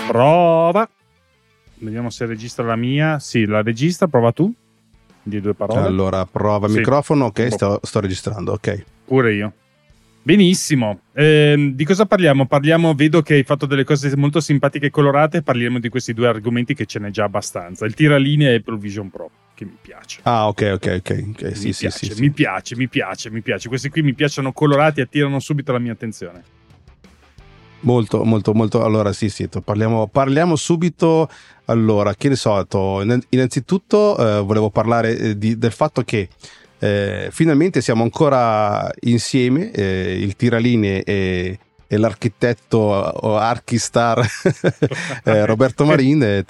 Prova. Vediamo se registra la mia. Sì, la registra, prova tu. Di 2 parole. Allora, prova sì. Microfono, ok, sto registrando, ok. Pure io. Benissimo. Di cosa parliamo? Vedo che hai fatto delle cose molto simpatiche e colorate. Parliamo di questi 2 argomenti che ce n'è già abbastanza. Il tiralinea e Apple Vision Pro, che mi piace. Ah, ok. Sì. Mi piace. Questi qui mi piacciono colorati e attirano subito la mia attenzione. Molto. Allora, sì, parliamo subito. Allora, che ne so, innanzitutto volevo parlare del fatto che finalmente siamo ancora insieme, il tiralinee e l'architetto Archistar Roberto Marin.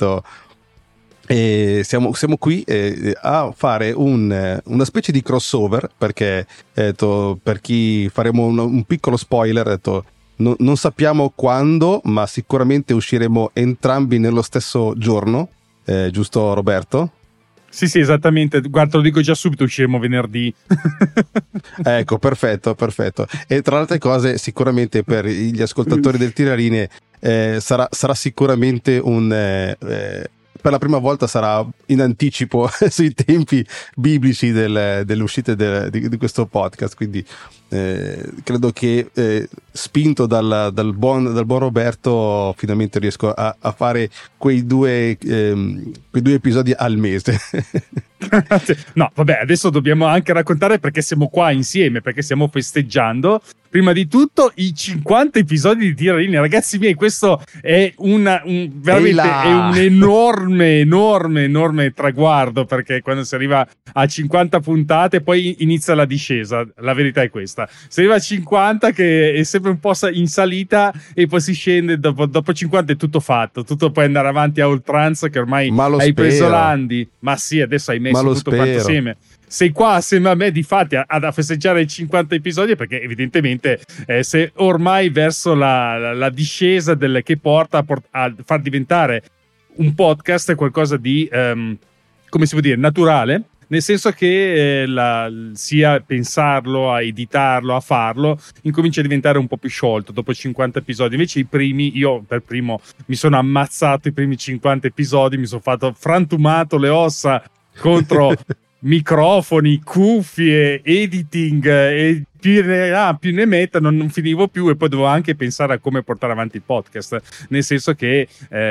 E siamo qui a fare una specie di crossover, perché per chi faremo un piccolo spoiler, non sappiamo quando, ma sicuramente usciremo entrambi nello stesso giorno, giusto Roberto? Sì, esattamente. Guarda, te lo dico già subito, usciremo venerdì. Ecco, perfetto. E tra le altre cose, sicuramente per gli ascoltatori del Tiralinee sarà sicuramente per la prima volta sarà in anticipo sui tempi biblici dell'uscita di questo podcast, quindi credo che spinto dal buon Roberto finalmente riesco a fare quei due episodi al mese. No, vabbè, adesso dobbiamo anche raccontare perché siamo qua insieme, perché stiamo festeggiando prima di tutto i 50 episodi di Tiralinea. Ragazzi miei, questo è veramente è un enorme traguardo, perché quando si arriva a 50 puntate poi inizia la discesa, la verità è questa. Si arriva a 50 che è sempre un po' in salita e poi si scende, dopo 50 è tutto fatto, tutto puoi andare avanti a oltranza, che ormai hai preso Landi, ma sì, adesso hai messo tutto quanto assieme. Sei qua assieme a me di fatti a festeggiare i 50 episodi, perché evidentemente sei ormai verso la discesa che porta a far diventare un podcast qualcosa di come si può dire, naturale, nel senso che sia pensarlo, a editarlo, a farlo, incomincia a diventare un po' più sciolto dopo 50 episodi. Invece io per primo mi sono ammazzato i primi 50 episodi, mi sono fatto frantumato le ossa contro microfoni, cuffie, editing e più ne metta, non finivo più, e poi dovevo anche pensare a come portare avanti il podcast, nel senso che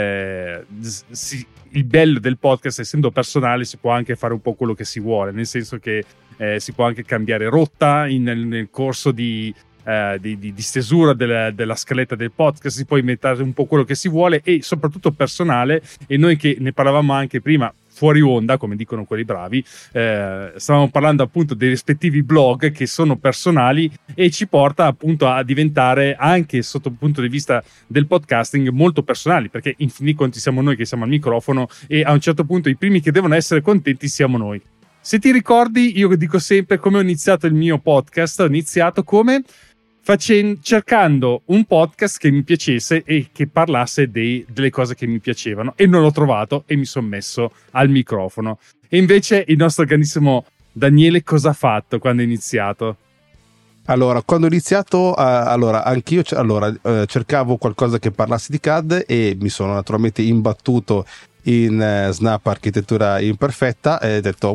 il bello del podcast, essendo personale, si può anche fare un po' quello che si vuole, nel senso che si può anche cambiare rotta nel corso di stesura della scaletta del podcast, si può inventare un po' quello che si vuole, e soprattutto personale. E noi, che ne parlavamo anche prima fuori onda, come dicono quelli bravi, stavamo parlando appunto dei rispettivi blog che sono personali, e ci porta appunto a diventare, anche sotto il punto di vista del podcasting, molto personali, perché in fin dei conti siamo noi che siamo al microfono, e a un certo punto i primi che devono essere contenti siamo noi. Se ti ricordi, io dico sempre come ho iniziato il mio podcast. Ho iniziato come cercando un podcast che mi piacesse e che parlasse delle cose che mi piacevano, e non l'ho trovato, e mi sono messo al microfono. E invece il nostro grandissimo Daniele cosa ha fatto quando ha iniziato? Allora, quando ho iniziato, anch'io cercavo qualcosa che parlasse di CAD, e mi sono naturalmente imbattuto in Snap Architettura Imperfetta, e ho detto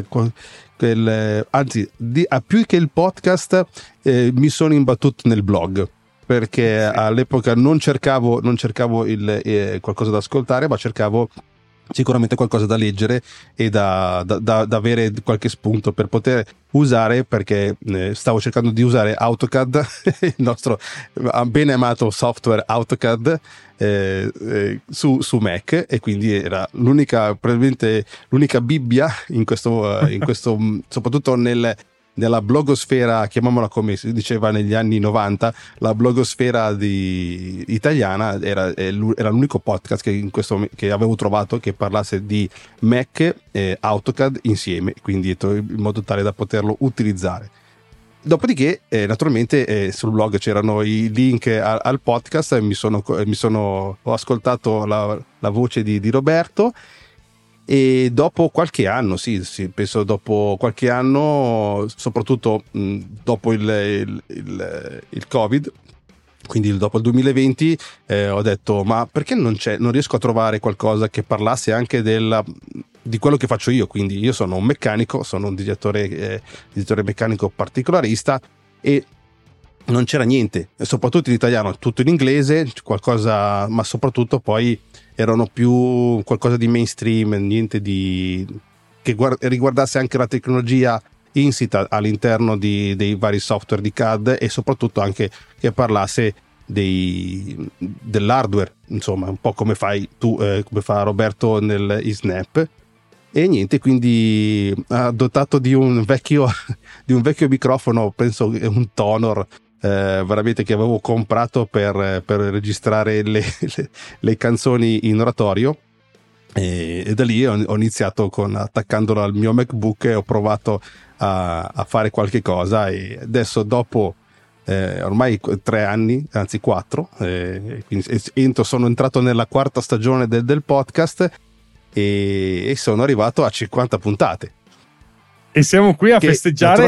più che il podcast, mi sono imbattuto nel blog, perché all'epoca non cercavo qualcosa da ascoltare, ma cercavo sicuramente qualcosa da leggere e da avere qualche spunto per poter usare, perché stavo cercando di usare AutoCAD, il nostro bene amato software AutoCAD, su Mac, e quindi era probabilmente l'unica Bibbia in questo soprattutto nella blogosfera, chiamiamola come si diceva negli anni 90, la blogosfera italiana. Era l'unico podcast che avevo trovato che parlasse di Mac e AutoCAD insieme, quindi in modo tale da poterlo utilizzare. Dopodiché naturalmente sul blog c'erano i link al podcast, e ho ascoltato la voce di Roberto. E dopo qualche anno, penso dopo qualche anno, soprattutto dopo il Covid, quindi dopo il 2020 ho detto ma perché non riesco a trovare qualcosa che parlasse anche di quello che faccio io. Quindi io sono un meccanico, sono un direttore meccanico particolarista e non c'era niente, soprattutto in italiano, tutto in inglese, qualcosa, ma soprattutto poi erano più qualcosa di mainstream, niente che riguardasse anche la tecnologia insita all'interno dei vari software di CAD e soprattutto anche che parlasse dell'hardware, insomma, un po' come fai tu, come fa Roberto in Snap. E niente, quindi dotato di un vecchio microfono, penso un Tonor, veramente che avevo comprato per registrare le canzoni in oratorio. E da lì ho iniziato attaccandolo al mio MacBook e ho provato a fare qualche cosa, e adesso dopo ormai 3 anni, anzi 4, quindi sono entrato nella 4ª stagione del podcast e sono arrivato a 50 puntate. E siamo qui a festeggiare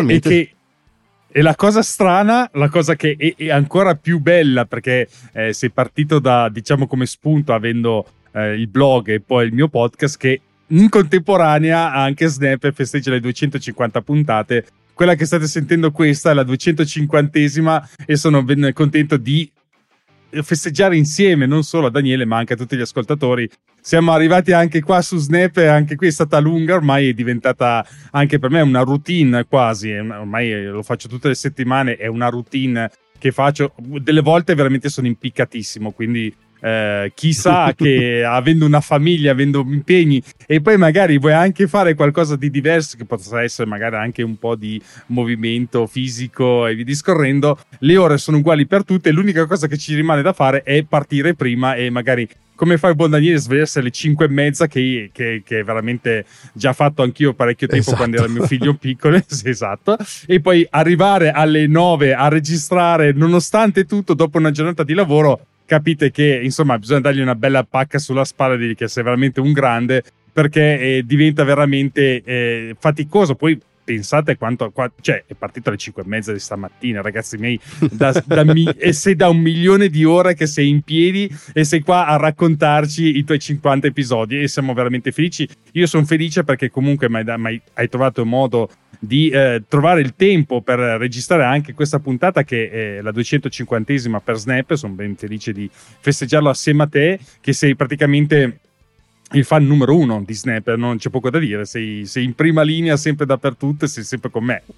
e la cosa strana, la cosa che è ancora più bella, perché sei partito da, diciamo, come spunto avendo il blog e poi il mio podcast, che in contemporanea anche Snap festeggia le 250 puntate. Quella che state sentendo, questa è la 250esima e sono ben contento di festeggiare insieme non solo a Daniele ma anche a tutti gli ascoltatori. Siamo arrivati anche qua su Snap e anche qui è stata lunga, ormai è diventata anche per me una routine quasi, ormai lo faccio tutte le settimane, è una routine che faccio, delle volte veramente sono impiccatissimo, quindi chissà che avendo una famiglia, avendo impegni e poi magari vuoi anche fare qualcosa di diverso che possa essere magari anche un po' di movimento fisico e via discorrendo, le ore sono uguali per tutte, l'unica cosa che ci rimane da fare è partire prima e magari, come fa il buon Daniele, svegliarsi alle 5:30 che veramente già fatto anch'io parecchio tempo, esatto, quando era mio figlio piccolo. Esatto, e poi arrivare alle 9 a registrare nonostante tutto dopo una giornata di lavoro. Capite che insomma bisogna dargli una bella pacca sulla spalla e dirgli che sei veramente un grande, perché diventa veramente faticoso. Poi pensate quanto cioè è partito alle 5:30 di stamattina, ragazzi miei, e sei da 1 milione di ore che sei in piedi e sei qua a raccontarci i tuoi 50 episodi e siamo veramente felici. Io sono felice perché comunque hai trovato un modo di trovare il tempo per registrare anche questa puntata, che è la 250esima per Snap. Sono ben felice di festeggiarlo assieme a te, che sei praticamente il fan numero 1 di Snap, non c'è poco da dire, sei in prima linea sempre dappertutto e sei sempre con me.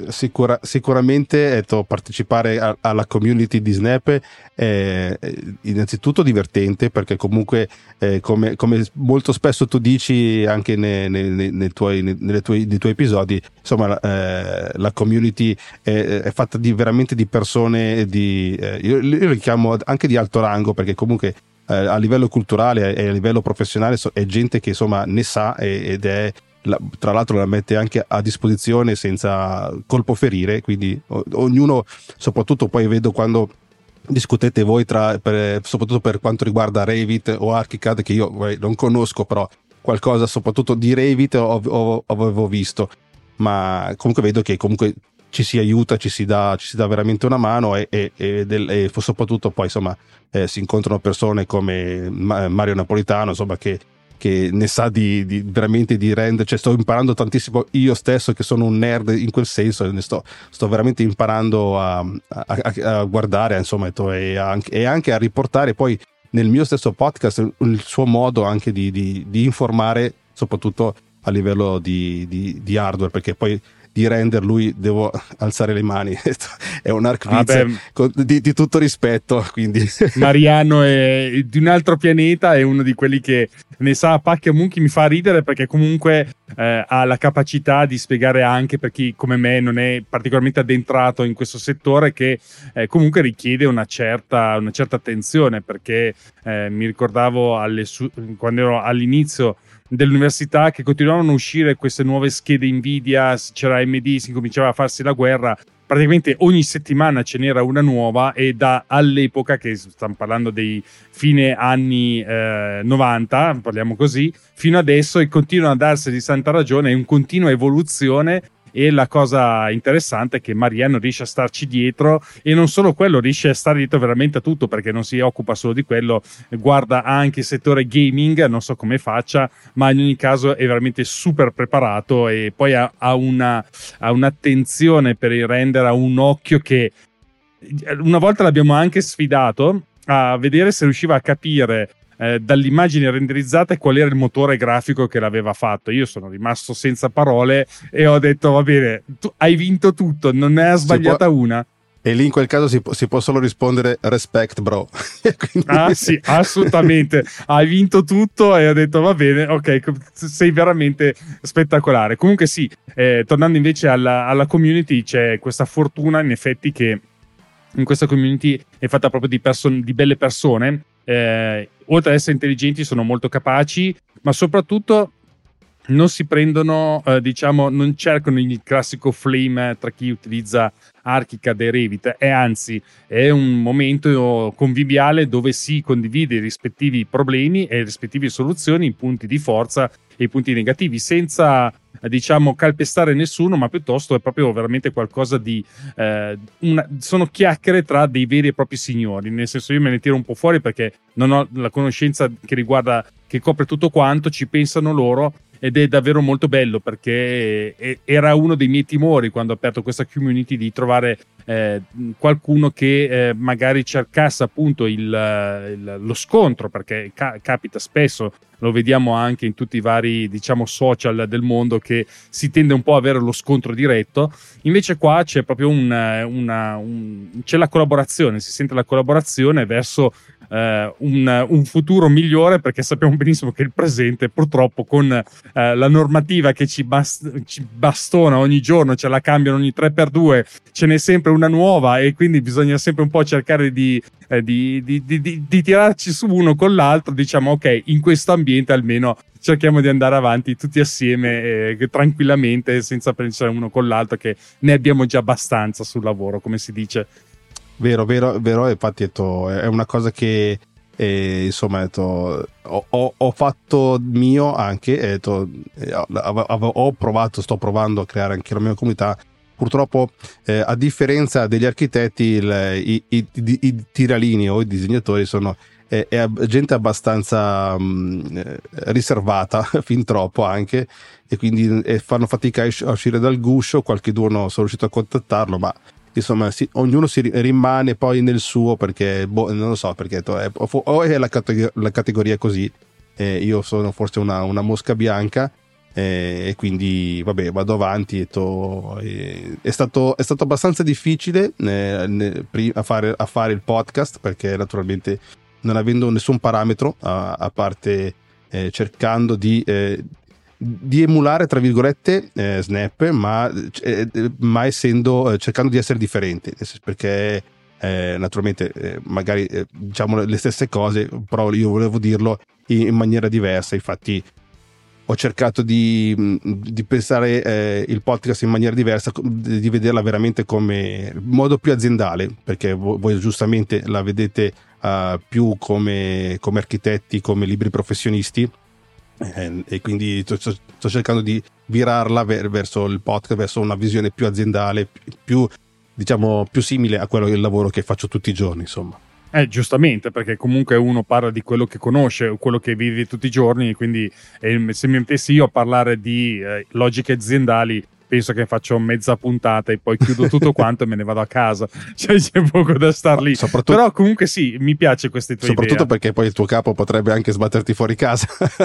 Sicuramente partecipare alla community di Snap è innanzitutto divertente, perché comunque come molto spesso tu dici anche nei tuoi episodi, insomma la community è fatta veramente di persone io li chiamo anche di alto rango, perché comunque a livello culturale e a livello professionale è gente che insomma ne sa ed è, tra l'altro la mette anche a disposizione senza colpo ferire, quindi ognuno, soprattutto poi vedo quando discutete voi soprattutto per quanto riguarda Revit o ArchiCAD, che io non conosco, però qualcosa soprattutto di Revit avevo visto, ma comunque vedo che comunque ci si aiuta, ci si dà veramente una mano e soprattutto poi insomma si incontrano persone come Mario Napolitano, insomma, che ne sa veramente di render, cioè sto imparando tantissimo io stesso, che sono un nerd in quel senso, e ne sto veramente imparando a guardare, insomma, e anche a riportare poi nel mio stesso podcast il suo modo anche di informare, soprattutto a livello di hardware, perché poi di render lui devo alzare le mani, è un archviz di tutto rispetto, quindi Mariano è di un altro pianeta, è uno di quelli che ne sa a pacchi e munchi. Mi fa ridere perché comunque ha la capacità di spiegare anche per chi come me non è particolarmente addentrato in questo settore, che comunque richiede una certa attenzione, perché mi ricordavo quando ero all'inizio dell'università che continuavano a uscire queste nuove schede Nvidia, c'era AMD, si cominciava a farsi la guerra, praticamente ogni settimana ce n'era una nuova, e all'epoca, che stiamo parlando dei fine anni 90, parliamo così, fino adesso, e continuano a darsi di santa ragione, è in continua evoluzione e la cosa interessante è che Mariano riesce a starci dietro, e non solo quello, riesce a stare dietro veramente a tutto, perché non si occupa solo di quello, guarda anche il settore gaming, non so come faccia, ma in ogni caso è veramente super preparato, e poi ha un'attenzione per il render, ha un occhio che una volta l'abbiamo anche sfidato a vedere se riusciva a capire dall'immagine renderizzata qual era il motore grafico che l'aveva fatto. Io sono rimasto senza parole e ho detto va bene, tu hai vinto tutto, non ne ha sbagliata una. E lì in quel caso si può solo rispondere respect bro. Quindi... Ah sì, assolutamente, hai vinto tutto, e ho detto va bene, ok, sei veramente spettacolare. Comunque sì, tornando invece alla community, c'è questa fortuna in effetti che in questa community è fatta proprio di belle persone, oltre ad essere intelligenti sono molto capaci, ma soprattutto non si prendono, diciamo, non cercano il classico flame tra chi utilizza Archicad e Revit, e anzi è un momento conviviale dove si condivide i rispettivi problemi e le rispettive soluzioni, i punti di forza e i punti negativi, senza diciamo calpestare nessuno, ma piuttosto è proprio veramente qualcosa di sono chiacchiere tra dei veri e propri signori, nel senso, io me ne tiro un po' fuori perché non ho la conoscenza che riguarda, che copre tutto quanto, ci pensano loro, ed è davvero molto bello, perché era uno dei miei timori quando ho aperto questa community, di trovare qualcuno che magari cercasse appunto lo scontro, perché capita spesso, lo vediamo anche in tutti i vari diciamo social del mondo, che si tende un po' a avere lo scontro diretto. Invece qua c'è proprio c'è la collaborazione, si sente la collaborazione verso un futuro migliore, perché sappiamo benissimo che il presente purtroppo con la normativa che ci bastona ogni giorno, ce la cambiano ogni 3x2, ce n'è sempre una nuova, e quindi bisogna sempre un po' cercare di tirarci su uno con l'altro. Diciamo ok, in questo ambiente almeno cerchiamo di andare avanti tutti assieme, tranquillamente, senza pensare uno con l'altro, che ne abbiamo già abbastanza sul lavoro, come si dice. Vero, infatti è una cosa che insomma ho fatto mio anche, ho provato, sto provando a creare anche la mia comunità. Purtroppo a differenza degli architetti, i tiralini o i disegnatori sono è gente abbastanza riservata, fin troppo anche, e quindi fanno fatica a uscire dal guscio. Qualche giorno sono riuscito a contattarlo, ma insomma ognuno si rimane poi nel suo, perché non lo so, perché o è la categoria così, io sono forse una mosca bianca, e quindi vabbè, vado avanti. È stato abbastanza difficile a fare il podcast, perché naturalmente non avendo nessun parametro, a parte cercando di emulare tra virgolette Snap, ma cercando di essere differente, perché naturalmente magari diciamo le stesse cose, però io volevo dirlo in maniera diversa. Infatti ho cercato di pensare il podcast in maniera diversa, di vederla veramente come modo più aziendale, perché voi giustamente la vedete più come architetti, come liberi professionisti, e quindi sto cercando di virarla verso il podcast, verso una visione più aziendale, più simile a quello del lavoro che faccio tutti i giorni, insomma. Giustamente, perché comunque uno parla di quello che conosce, quello che vive tutti i giorni, quindi se mi mettessi io a parlare di logiche aziendali, penso che faccio mezza puntata e poi chiudo tutto quanto e me ne vado a casa, cioè c'è poco da star lì. Però comunque sì, mi piace queste tue idee. Soprattutto perché poi il tuo capo potrebbe anche sbatterti fuori casa.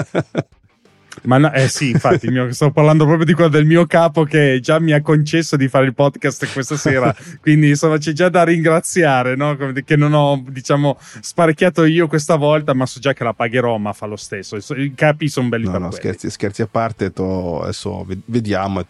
Ma no, sì, infatti sto parlando proprio di quello del mio capo, che già mi ha concesso di fare il podcast questa sera, quindi insomma c'è già da ringraziare, no? Che non ho diciamo sparecchiato io questa volta, ma so già che la pagherò, ma fa lo stesso. I capi sono belli per quelli. Scherzi a parte, adesso vediamo.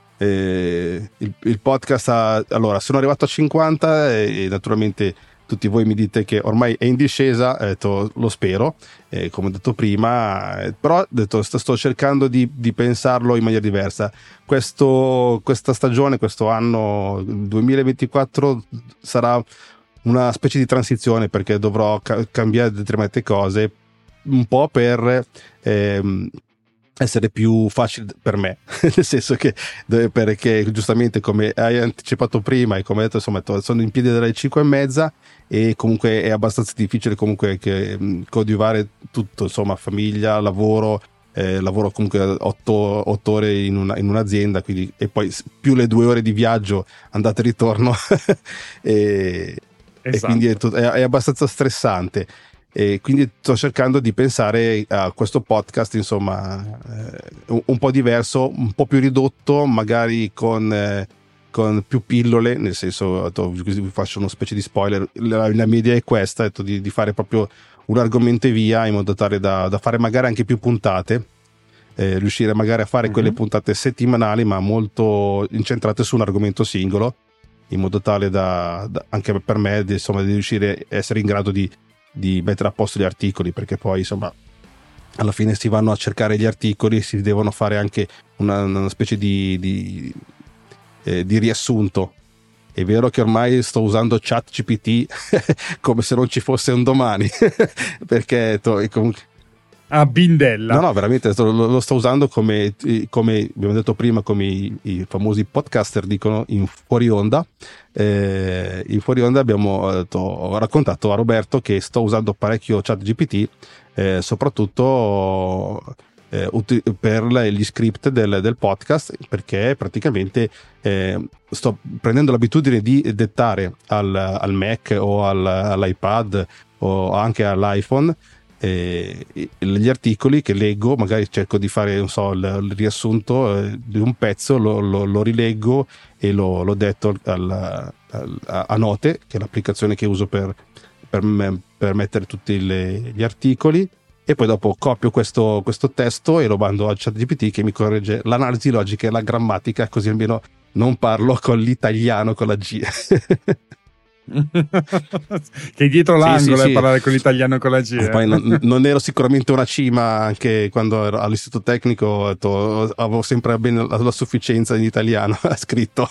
Il podcast allora sono arrivato a 50 e naturalmente tutti voi mi dite che ormai è in discesa, lo spero, come ho detto prima, però sto cercando di pensarlo in maniera diversa. Questa stagione, questo anno 2024 sarà una specie di transizione, perché dovrò cambiare determinate cose, un po' per essere più facile per me, nel senso che perché giustamente come hai anticipato prima e come hai detto, insomma, sono in piedi dalle 5:30 e comunque è abbastanza difficile comunque coadiuvare tutto, insomma, famiglia, lavoro. Lavoro comunque 8 ore in un'azienda, quindi, e poi più le 2 ore di viaggio andata e ritorno e quindi è abbastanza stressante. E quindi sto cercando di pensare a questo podcast, insomma, un po' diverso, un po' più ridotto, magari con più pillole, nel senso, così vi faccio una specie di spoiler. La mia idea è questa, di fare proprio un argomento e via, in modo tale da fare magari anche più puntate, riuscire magari a fare quelle puntate settimanali, ma molto incentrate su un argomento singolo, in modo tale da anche per me, insomma, di riuscire a essere in grado di mettere a posto gli articoli, perché poi, insomma, alla fine si vanno a cercare gli articoli e si devono fare anche una specie di riassunto. È vero che ormai sto usando ChatGPT come se non ci fosse un domani perché comunque a bindella. No, veramente lo sto usando come abbiamo detto prima, come i famosi podcaster dicono, in fuori onda. In fuori onda ho raccontato a Roberto che sto usando parecchio ChatGPT, soprattutto per gli script del podcast, perché praticamente sto prendendo l'abitudine di dettare al Mac o all'iPad o anche all'iPhone gli articoli che leggo, magari cerco di fare, non so, il riassunto di un pezzo, lo rileggo e lo detto a Note, che è l'applicazione che uso per mettere tutti gli articoli, e poi dopo copio questo testo e lo mando a ChatGPT, che mi corregge l'analisi logica e la grammatica, così almeno non parlo con l'italiano con la G. Che è dietro l'angolo sì. Parlare con l'italiano con la G. Poi non ero sicuramente una cima, anche quando ero all'istituto tecnico avevo sempre bene la sufficienza in italiano scritto.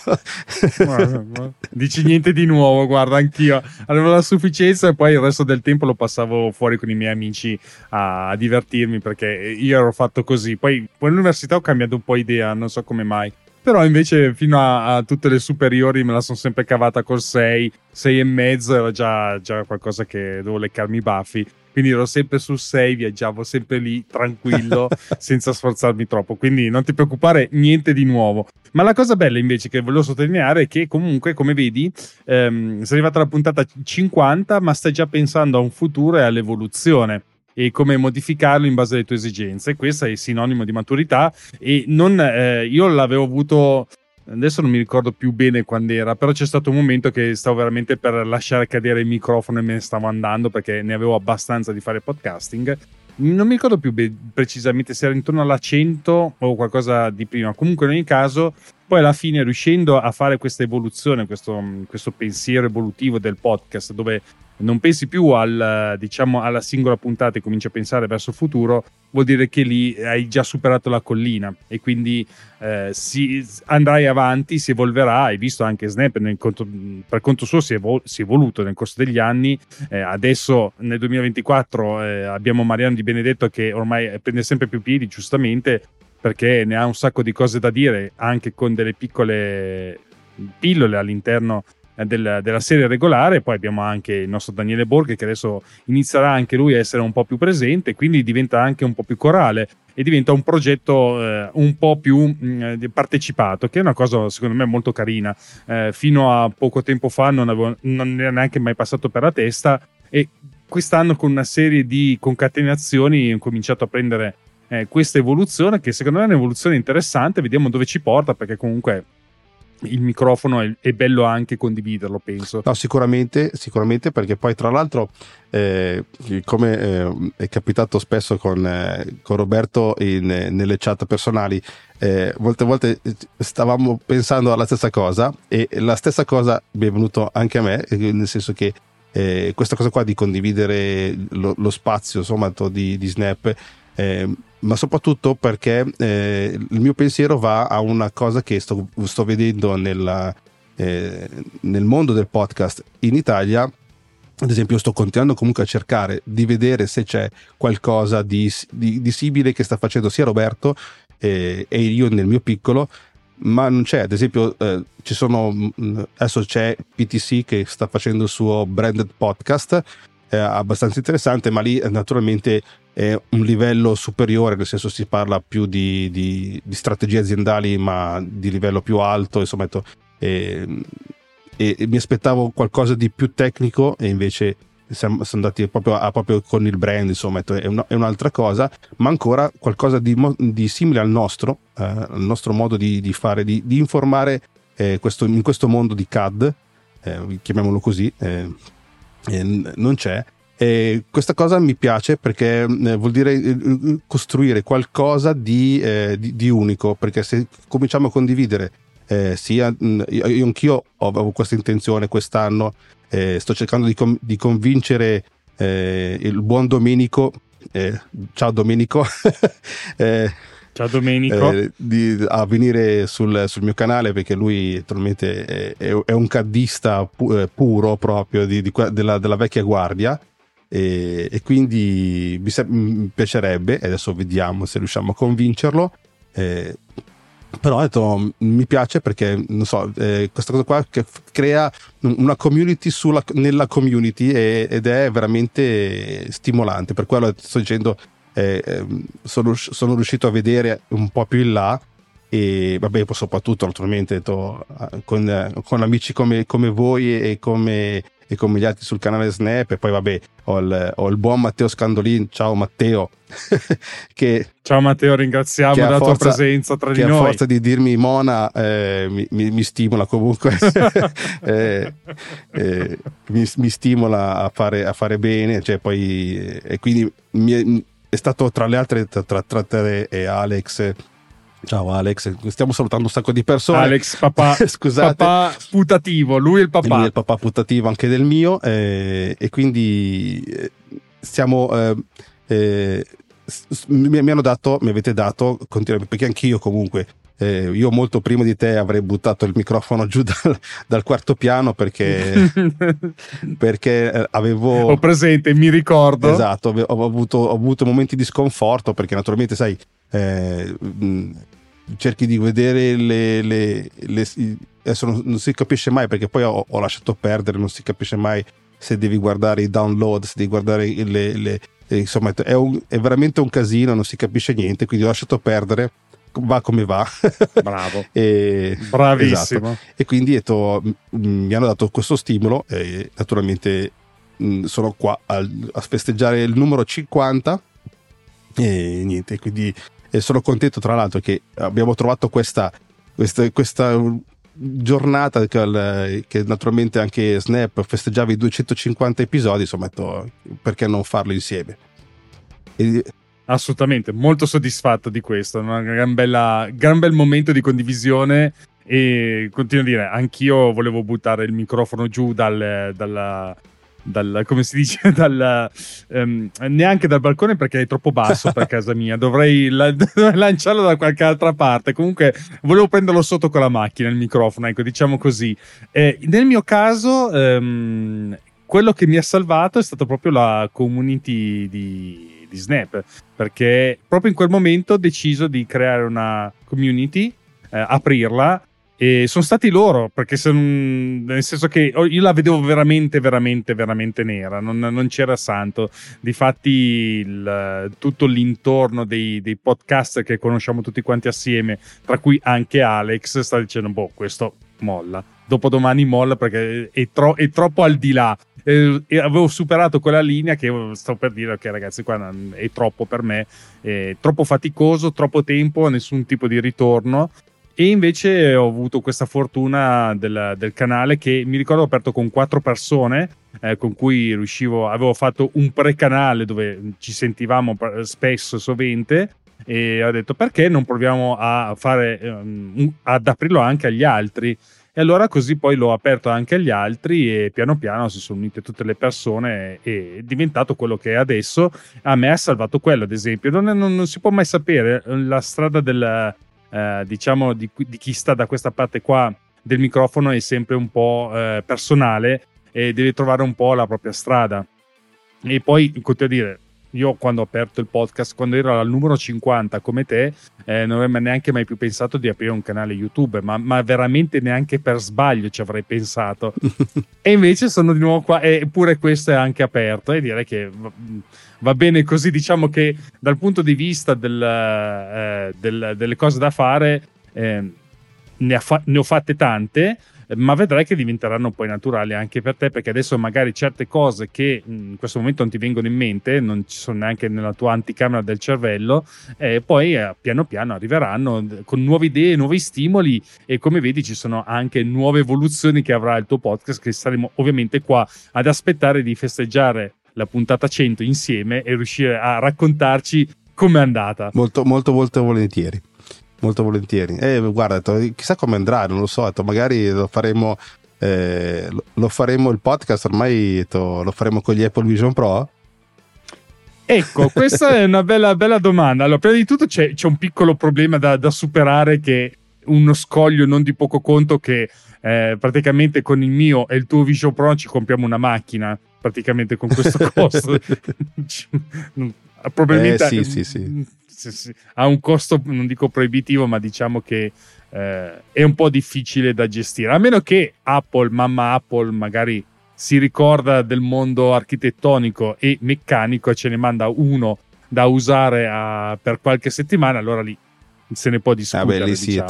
Dici niente di nuovo, guarda, anch'io avevo la sufficienza e poi il resto del tempo lo passavo fuori con i miei amici a divertirmi, perché io ero fatto così. Poi all'università ho cambiato un po' idea, non so come mai. Però invece fino a tutte le superiori me la sono sempre cavata col 6 e mezzo, era già qualcosa che dovevo leccarmi i baffi. Quindi ero sempre sul 6, viaggiavo sempre lì, tranquillo, senza sforzarmi troppo. Quindi non ti preoccupare, niente di nuovo. Ma la cosa bella invece che volevo sottolineare è che comunque, come vedi, sei arrivata alla puntata 50, ma stai già pensando a un futuro e all'evoluzione e come modificarlo in base alle tue esigenze. Questo è sinonimo di maturità, e io l'avevo avuto, adesso non mi ricordo più bene quando era, però c'è stato un momento che stavo veramente per lasciare cadere il microfono e me ne stavo andando, perché ne avevo abbastanza di fare podcasting. Non mi ricordo più precisamente se era intorno alla 100 o qualcosa di prima. Comunque in ogni caso, poi alla fine, riuscendo a fare questa evoluzione, questo pensiero evolutivo del podcast, dove non pensi più alla singola puntata e cominci a pensare verso il futuro, vuol dire che lì hai già superato la collina e quindi andrai avanti, si evolverà. Hai visto anche Snap per conto suo si è evoluto nel corso degli anni. Adesso nel 2024 abbiamo Mariano Di Benedetto che ormai prende sempre più piedi, giustamente, perché ne ha un sacco di cose da dire, anche con delle piccole pillole all'interno della serie regolare. Poi abbiamo anche il nostro Daniele Borghe, che adesso inizierà anche lui a essere un po' più presente, quindi diventa anche un po' più corale e diventa un progetto un po' più partecipato, che è una cosa secondo me molto carina. Fino a poco tempo fa non era neanche mai passato per la testa, e quest'anno con una serie di concatenazioni ho cominciato a prendere questa evoluzione, che secondo me è un'evoluzione interessante. Vediamo dove ci porta, perché comunque il microfono è bello anche condividerlo, penso. No, sicuramente, perché poi tra l'altro come è capitato spesso con Roberto nelle chat personali, volte stavamo pensando alla stessa cosa, e la stessa cosa mi è venuto anche a me, nel senso che questa cosa qua di condividere lo spazio, insomma, di Snap, ma soprattutto perché il mio pensiero va a una cosa che sto vedendo nel mondo del podcast in Italia, ad esempio, sto continuando comunque a cercare di vedere se c'è qualcosa di simile che sta facendo sia Roberto e io nel mio piccolo, ma non c'è. Ad esempio, ci sono adesso c'è PTC che sta facendo il suo branded podcast, abbastanza interessante, ma lì naturalmente è un livello superiore, nel senso si parla più di strategie aziendali, ma di livello più alto, insomma. E mi aspettavo qualcosa di più tecnico e invece siamo andati proprio con il brand, insomma, è un'altra cosa, ma ancora qualcosa di simile al nostro modo di fare, di informare in questo mondo di CAD, chiamiamolo così, non c'è. E questa cosa mi piace perché vuol dire costruire qualcosa di unico, perché se cominciamo a condividere io anch'io avevo questa intenzione quest'anno, sto cercando di convincere il buon Domenico, ciao Domenico, ciao Domenico, a venire sul mio canale, perché lui attualmente è un caddista puro proprio della vecchia guardia, e quindi mi piacerebbe, e adesso vediamo se riusciamo a convincerlo. Però ho detto, mi piace perché non so, questa cosa qua che crea una community nella community, ed è veramente stimolante. Per quello sto dicendo, sono riuscito a vedere un po' più in là, e vabbè, poi soprattutto naturalmente con amici come voi e come gli altri sul canale Snap. E poi vabbè, ho il buon Matteo Scandolin, ciao Matteo, ciao Matteo, ringraziamo della tua presenza tra di noi, che a forza di dirmi Mona mi stimola comunque, mi stimola a fare bene, cioè poi, e quindi è stato tra le altre, tra te e Alex. Ciao Alex, stiamo salutando un sacco di persone. Alex, papà, scusate, papà putativo, lui è il papà. Lui è il papà putativo anche del mio, e quindi stiamo mi avete dato continuamente, perché anch'io comunque io molto prima di te avrei buttato il microfono giù dal quarto piano, perché avevo... Ho presente, mi ricordo. Esatto, ho avuto momenti di sconforto, perché naturalmente sai, cerchi di vedere adesso non si capisce mai, perché poi ho lasciato perdere, non si capisce mai se devi guardare i download, se devi guardare insomma è veramente un casino, non si capisce niente, quindi ho lasciato perdere, va come va. Bravo. Bravissimo. Esatto. E quindi mi hanno dato questo stimolo, e naturalmente sono qua a festeggiare il numero 50 e niente, quindi sono contento tra l'altro che abbiamo trovato questa giornata che naturalmente anche Snap festeggiava i 250 episodi, insomma, perché non farlo insieme? Assolutamente, molto soddisfatto di questo, un gran bel momento di condivisione, e continuo a dire, anch'io volevo buttare il microfono giù dal come si dice, neanche dal balcone, perché è troppo basso per casa mia, dovrei lanciarlo da qualche altra parte. Comunque volevo prenderlo sotto con la macchina, il microfono, ecco, diciamo così. Nel mio caso quello che mi ha salvato è stato proprio la community di Snap, perché proprio in quel momento ho deciso di creare una community, aprirla, e sono stati loro, perché nel senso che io la vedevo veramente veramente veramente nera, non c'era santo. Difatti tutto l'intorno dei podcast che conosciamo tutti quanti assieme, tra cui anche Alex, sta dicendo questo molla, dopodomani molla, perché è troppo al di là. E avevo superato quella linea che stavo per dire, ok ragazzi, qua è troppo per me, è troppo faticoso, troppo tempo, nessun tipo di ritorno. E invece ho avuto questa fortuna del canale, che mi ricordo ho aperto con 4 persone, con cui avevo fatto un pre-canale dove ci sentivamo spesso, sovente, e ho detto perché non proviamo a ad aprirlo anche agli altri. E allora così poi l'ho aperto anche agli altri, e piano piano si sono unite tutte le persone, e è diventato quello che è adesso. A me ha salvato quello, ad esempio. Non si può mai sapere la strada diciamo di chi sta da questa parte qua del microfono, è sempre un po' personale, e deve trovare un po' la propria strada. E poi continuo a dire, io quando ho aperto il podcast, quando ero al numero 50 come te, non avrei neanche mai più pensato di aprire un canale YouTube, ma veramente neanche per sbaglio ci avrei pensato. E invece sono di nuovo qua, eppure questo è anche aperto, e direi che va bene così. Diciamo che dal punto di vista delle cose da fare, ne ho fatte tante, ma vedrai che diventeranno poi naturali anche per te, perché adesso magari certe cose che in questo momento non ti vengono in mente, non ci sono neanche nella tua anticamera del cervello, poi piano piano arriveranno con nuove idee, nuovi stimoli, e come vedi ci sono anche nuove evoluzioni che avrà il tuo podcast, che saremo ovviamente qua ad aspettare di festeggiare la puntata 100 insieme e riuscire a raccontarci com'è andata. Molto molto molto volentieri. Molto volentieri. Guarda, chissà come andrà, non lo so, magari lo faremo il podcast ormai, lo faremo con gli Apple Vision Pro. Ecco, questa è una bella domanda. Allora, prima di tutto c'è un piccolo problema da superare, che uno scoglio non di poco conto, che praticamente con il mio e il tuo Vision Pro ci compriamo una macchina, praticamente con questo costo. Probabilmente sì. Ha un costo, non dico proibitivo, ma diciamo che è un po' difficile da gestire, a meno che mamma Apple magari si ricorda del mondo architettonico e meccanico e ce ne manda uno da usare per qualche settimana, allora lì se ne può discutere. Lì sì,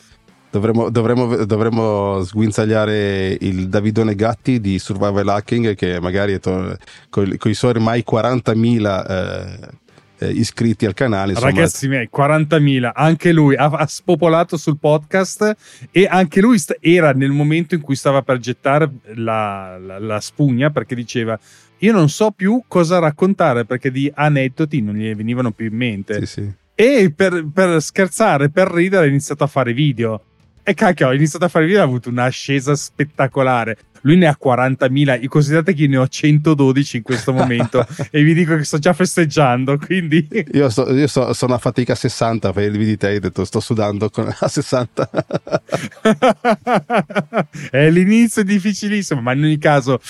dovremmo sguinzagliare il Davidone Gatti di Survival Hacking, che magari con i suoi ormai 40.000 iscritti al canale, insomma. Ragazzi miei, 40.000, anche lui ha spopolato sul podcast, e anche lui era nel momento in cui stava per gettare la spugna, perché diceva: io non so più cosa raccontare, perché di aneddoti non gli venivano più in mente. Sì. E per scherzare, per ridere, ha iniziato a fare video. E cacchio, ha iniziato a fare video, ha avuto un'ascesa spettacolare. Lui ne ha 40.000, considerate che io ne ho 112 in questo momento e vi dico che sto già festeggiando, quindi io sono a fatica a 60, per vedi te, hai detto sto sudando a 60. L'inizio è difficilissimo, ma in ogni caso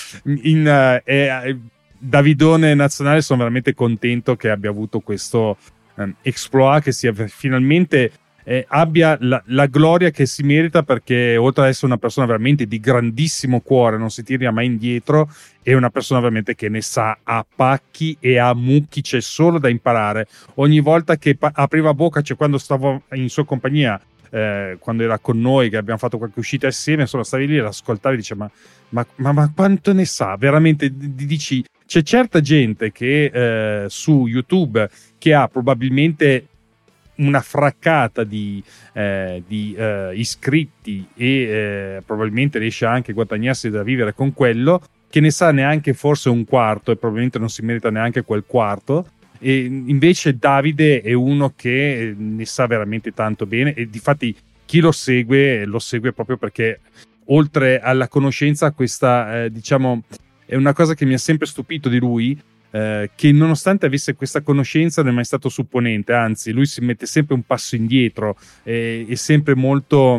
Davidone nazionale, sono veramente contento che abbia avuto questo exploit, che sia finalmente abbia la gloria che si merita, perché oltre ad essere una persona veramente di grandissimo cuore, non si tira mai indietro, è una persona veramente che ne sa a pacchi e a mucchi, c'è solo da imparare. Ogni volta che apriva bocca, cioè quando stavo in sua compagnia, quando era con noi, che abbiamo fatto qualche uscita assieme, insomma, stavi lì ad ascoltare e dice ma quanto ne sa veramente. Dici, c'è certa gente che su YouTube, che ha probabilmente una fraccata di iscritti e probabilmente riesce anche a guadagnarsi da vivere con quello, che ne sa neanche forse un quarto, e probabilmente non si merita neanche quel quarto. E invece Davide è uno che ne sa veramente tanto bene, e difatti chi lo segue proprio perché, oltre alla conoscenza, questa diciamo è una cosa che mi ha sempre stupito di lui, che nonostante avesse questa conoscenza non è mai stato supponente, anzi lui si mette sempre un passo indietro, è sempre molto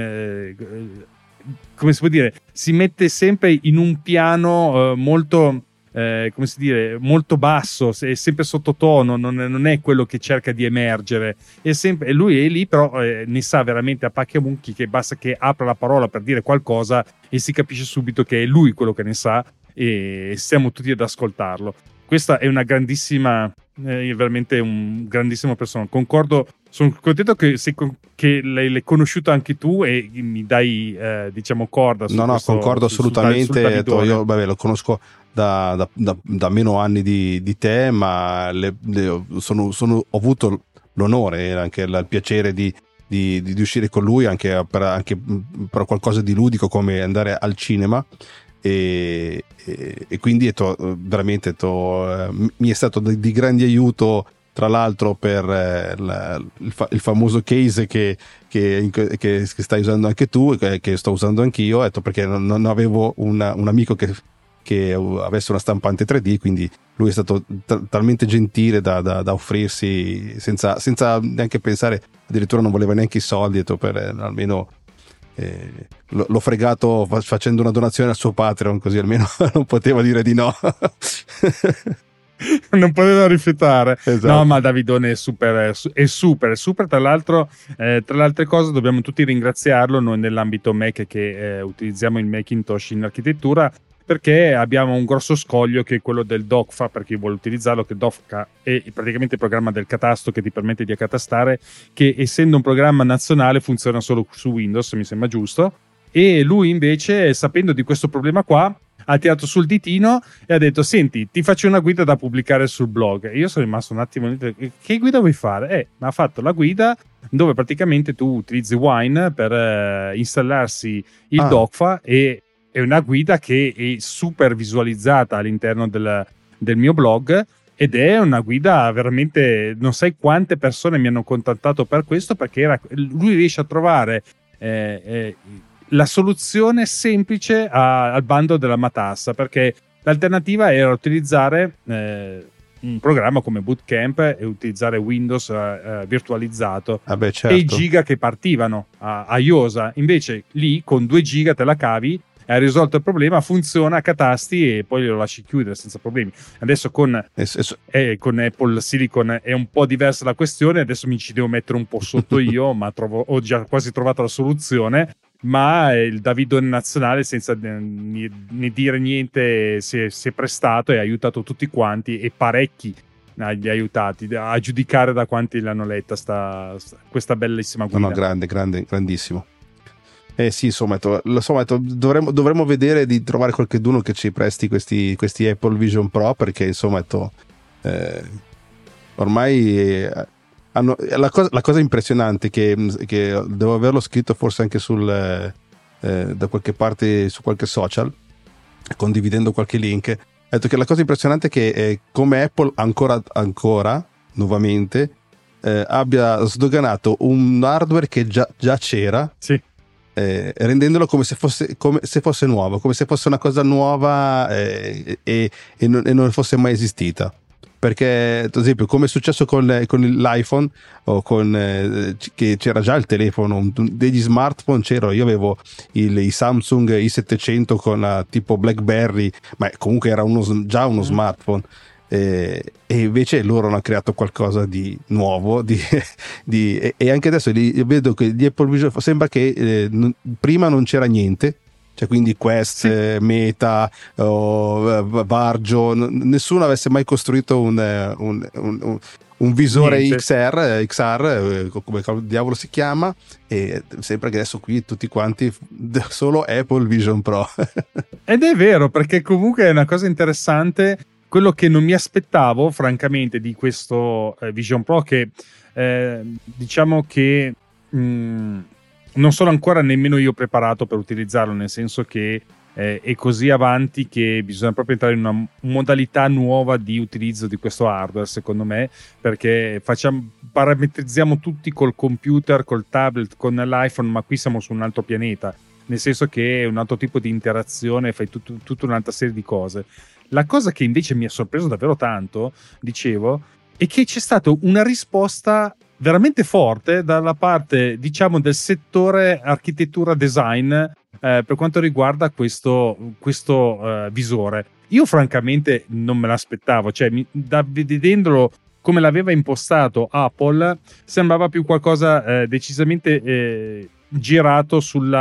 come si può dire, si mette sempre in un piano molto come si dire, molto basso, è sempre sottotono, non è quello che cerca di emergere, e lui è lì, però ne sa veramente a pacchi e mucchi, che basta che apra la parola per dire qualcosa e si capisce subito che è lui quello che ne sa, e stiamo tutti ad ascoltarlo. Questa è una grandissima, veramente un grandissimo persona. Concordo, sono contento che l'hai conosciuto anche tu e mi dai diciamo corda su questo. Concordo assolutamente. Io lo conosco da meno anni di te, ma ho avuto l'onere e anche il piacere di uscire con lui anche per qualcosa di ludico, come andare al cinema. E quindi veramente mi è stato di grande aiuto, tra l'altro, per il famoso case che stai usando anche tu, che sto usando anch'io, perché non avevo un amico che avesse una stampante 3D, quindi lui è stato talmente gentile da offrirsi senza neanche pensare, addirittura non voleva neanche i soldi, per almeno l'ho fregato facendo una donazione al suo Patreon, così almeno non poteva dire di no. Non poteva rifiutare. Esatto. No, ma Davidone è super. Tra l'altro, tra le altre cose, dobbiamo tutti ringraziarlo noi nell'ambito Mac che utilizziamo il Macintosh in architettura, perché abbiamo un grosso scoglio che è quello del DOCFA, per chi vuole utilizzarlo, che DOCFA è praticamente il programma del catasto che ti permette di accatastare, che essendo un programma nazionale funziona solo su Windows, mi sembra giusto. E lui invece, sapendo di questo problema qua, ha tirato sul ditino e ha detto: senti, ti faccio una guida da pubblicare sul blog. E io sono rimasto un attimo, che guida vuoi fare? Ma ha fatto la guida dove praticamente tu utilizzi Wine per installarsi il DOCFA, e è una guida che è super visualizzata all'interno del mio blog, ed è una guida veramente, non sai quante persone mi hanno contattato per questo, perché lui riesce a trovare la soluzione semplice al bando della matassa, perché l'alternativa era utilizzare un programma come Bootcamp e utilizzare Windows virtualizzato, certo. E i giga che partivano a iosa. Invece lì con 2 giga te la cavi, hai risolto il problema, funziona, catasti e poi lo lasci chiudere senza problemi. Adesso con Apple Silicon è un po' diversa la questione, adesso mi ci devo mettere un po' sotto io, ma ho già quasi trovato la soluzione. Ma il Davidone nazionale, senza né dire niente, si è prestato e ha aiutato tutti quanti, e parecchi li ha aiutati a giudicare da quanti l'hanno letta questa bellissima guida. No, grandissimo. Sì, insomma, dovremmo vedere di trovare qualcuno che ci presti questi Apple Vision Pro, perché insomma ormai la cosa impressionante che devo averlo scritto forse anche da qualche parte su qualche social, condividendo qualche link. Ho detto che la cosa impressionante è che come Apple ancora nuovamente abbia sdoganato un hardware che già c'era, sì. Rendendolo come se fosse nuovo, come se fosse una cosa nuova e non fosse mai esistita. Perché, ad esempio, come è successo con l'iPhone, o che c'era già il telefono, degli smartphone c'erano. Io avevo i Samsung i700 con tipo BlackBerry, ma comunque era già uno smartphone. E invece loro hanno creato qualcosa di nuovo e anche adesso vedo che gli Apple Vision sembra che prima non c'era niente, cioè quindi Quest, sì. Meta, Varjo, nessuno avesse mai costruito un visore XR, come diavolo si chiama, e sembra che adesso qui tutti quanti solo Apple Vision Pro. Ed è vero, perché comunque è una cosa interessante. Quello che non mi aspettavo francamente di questo Vision Pro, che diciamo che non sono ancora nemmeno io preparato per utilizzarlo, nel senso che è così avanti che bisogna proprio entrare in una modalità nuova di utilizzo di questo hardware, secondo me, perché parametrizziamo tutti col computer, col tablet, con l'iPhone, ma qui siamo su un altro pianeta, nel senso che è un altro tipo di interazione, fai tutta un'altra serie di cose. La cosa che invece mi ha sorpreso davvero tanto, dicevo, è che c'è stata una risposta veramente forte dalla parte, diciamo, del settore architettura design per quanto riguarda questo visore. Io francamente non me l'aspettavo, cioè vedendolo come l'aveva impostato Apple, sembrava più qualcosa decisamente girato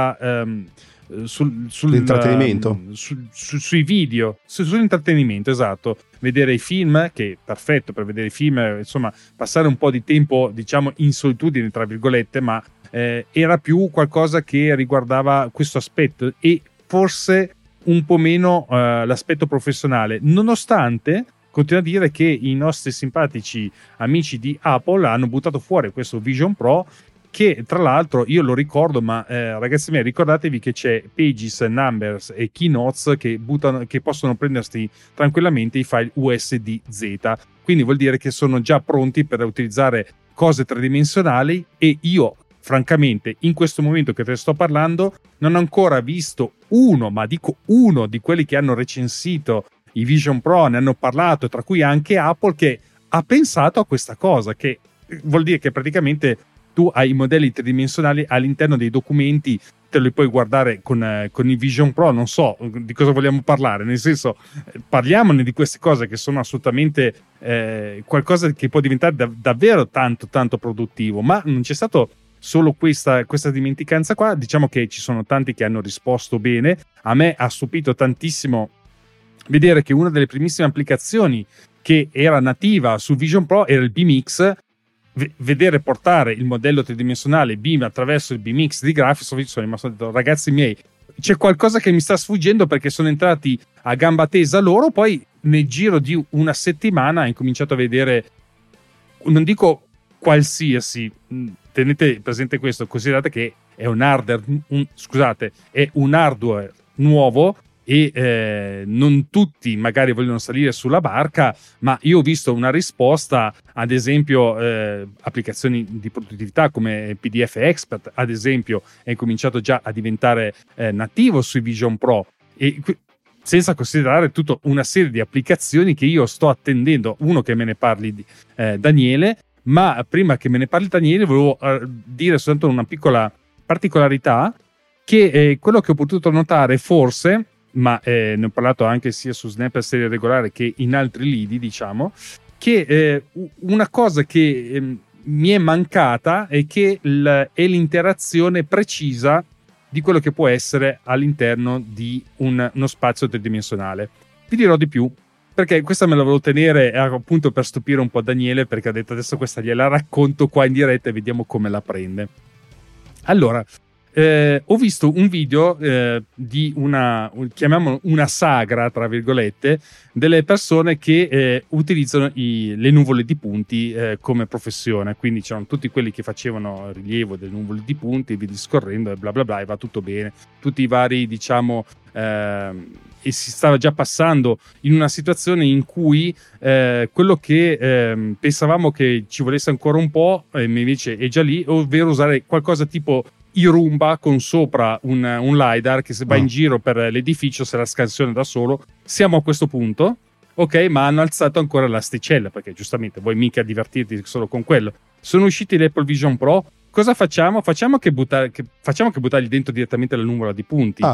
sull'intrattenimento, sui video, sull'intrattenimento, esatto. Vedere i film, che è perfetto per vedere i film, insomma, passare un po' di tempo, diciamo, in solitudine, tra virgolette, ma era più qualcosa che riguardava questo aspetto e forse un po' meno l'aspetto professionale, nonostante continua a dire che i nostri simpatici amici di Apple hanno buttato fuori questo Vision Pro, che tra l'altro io lo ricordo, ma ragazzi miei, ricordatevi che c'è Pages, Numbers e Keynotes che possono prendersi tranquillamente i file USDZ, quindi vuol dire che sono già pronti per utilizzare cose tridimensionali, e io francamente in questo momento che te ne sto parlando non ho ancora visto uno di quelli che hanno recensito i Vision Pro, ne hanno parlato, tra cui anche Apple, che ha pensato a questa cosa, che vuol dire che praticamente tu hai i modelli tridimensionali all'interno dei documenti te li puoi guardare con il Vision Pro. Non so di cosa vogliamo parlare, nel senso, parliamone di queste cose che sono assolutamente qualcosa che può diventare davvero tanto tanto produttivo, ma non c'è stato solo questa dimenticanza qua. Diciamo che ci sono tanti che hanno risposto bene. A me ha stupito tantissimo vedere che una delle primissime applicazioni che era nativa su Vision Pro era il BeamX. Vedere portare il modello tridimensionale Beam attraverso il BeamX di Graphisoft, sono rimasto detto, ragazzi miei, c'è qualcosa che mi sta sfuggendo, perché sono entrati a gamba tesa loro. Poi nel giro di una settimana ho incominciato a vedere, non dico qualsiasi, tenete presente questo, considerate che è un hardware nuovo, e non tutti magari vogliono salire sulla barca, ma io ho visto una risposta, ad esempio applicazioni di produttività come PDF Expert, ad esempio, è cominciato già a diventare nativo sui Vision Pro, e senza considerare tutta una serie di applicazioni che io sto attendendo. Uno, che me ne parli Daniele, ma prima che me ne parli Daniele volevo dire soltanto una piccola particolarità, che quello che ho potuto notare forse, ma ne ho parlato anche sia su Snap Serie Regolare che in altri lidi, diciamo, che una cosa che mi è mancata è che è l'interazione precisa di quello che può essere all'interno di uno spazio tridimensionale. Vi dirò di più, perché questa me la volevo tenere appunto per stupire un po' Daniele, perché ha detto adesso questa gliela racconto qua in diretta e vediamo come la prende. Allora, ho visto un video di chiamiamolo una sagra, tra virgolette, delle persone che utilizzano le nuvole di punti come professione. Quindi c'erano tutti quelli che facevano rilievo delle nuvole di punti, via discorrendo, e bla bla bla, e va tutto bene. Tutti i vari, diciamo, e si stava già passando in una situazione in cui quello che pensavamo che ci volesse ancora un po', invece è già lì, ovvero usare qualcosa tipo i Roomba con sopra un LiDAR che se va in giro per l'edificio se la scansiona da solo. Siamo a questo punto, ok, ma hanno alzato ancora l'asticella, perché giustamente vuoi mica divertirti solo con quello. Sono usciti l'Apple Vision Pro. Cosa facciamo? Facciamo che buttargli dentro direttamente la nuvola di punti.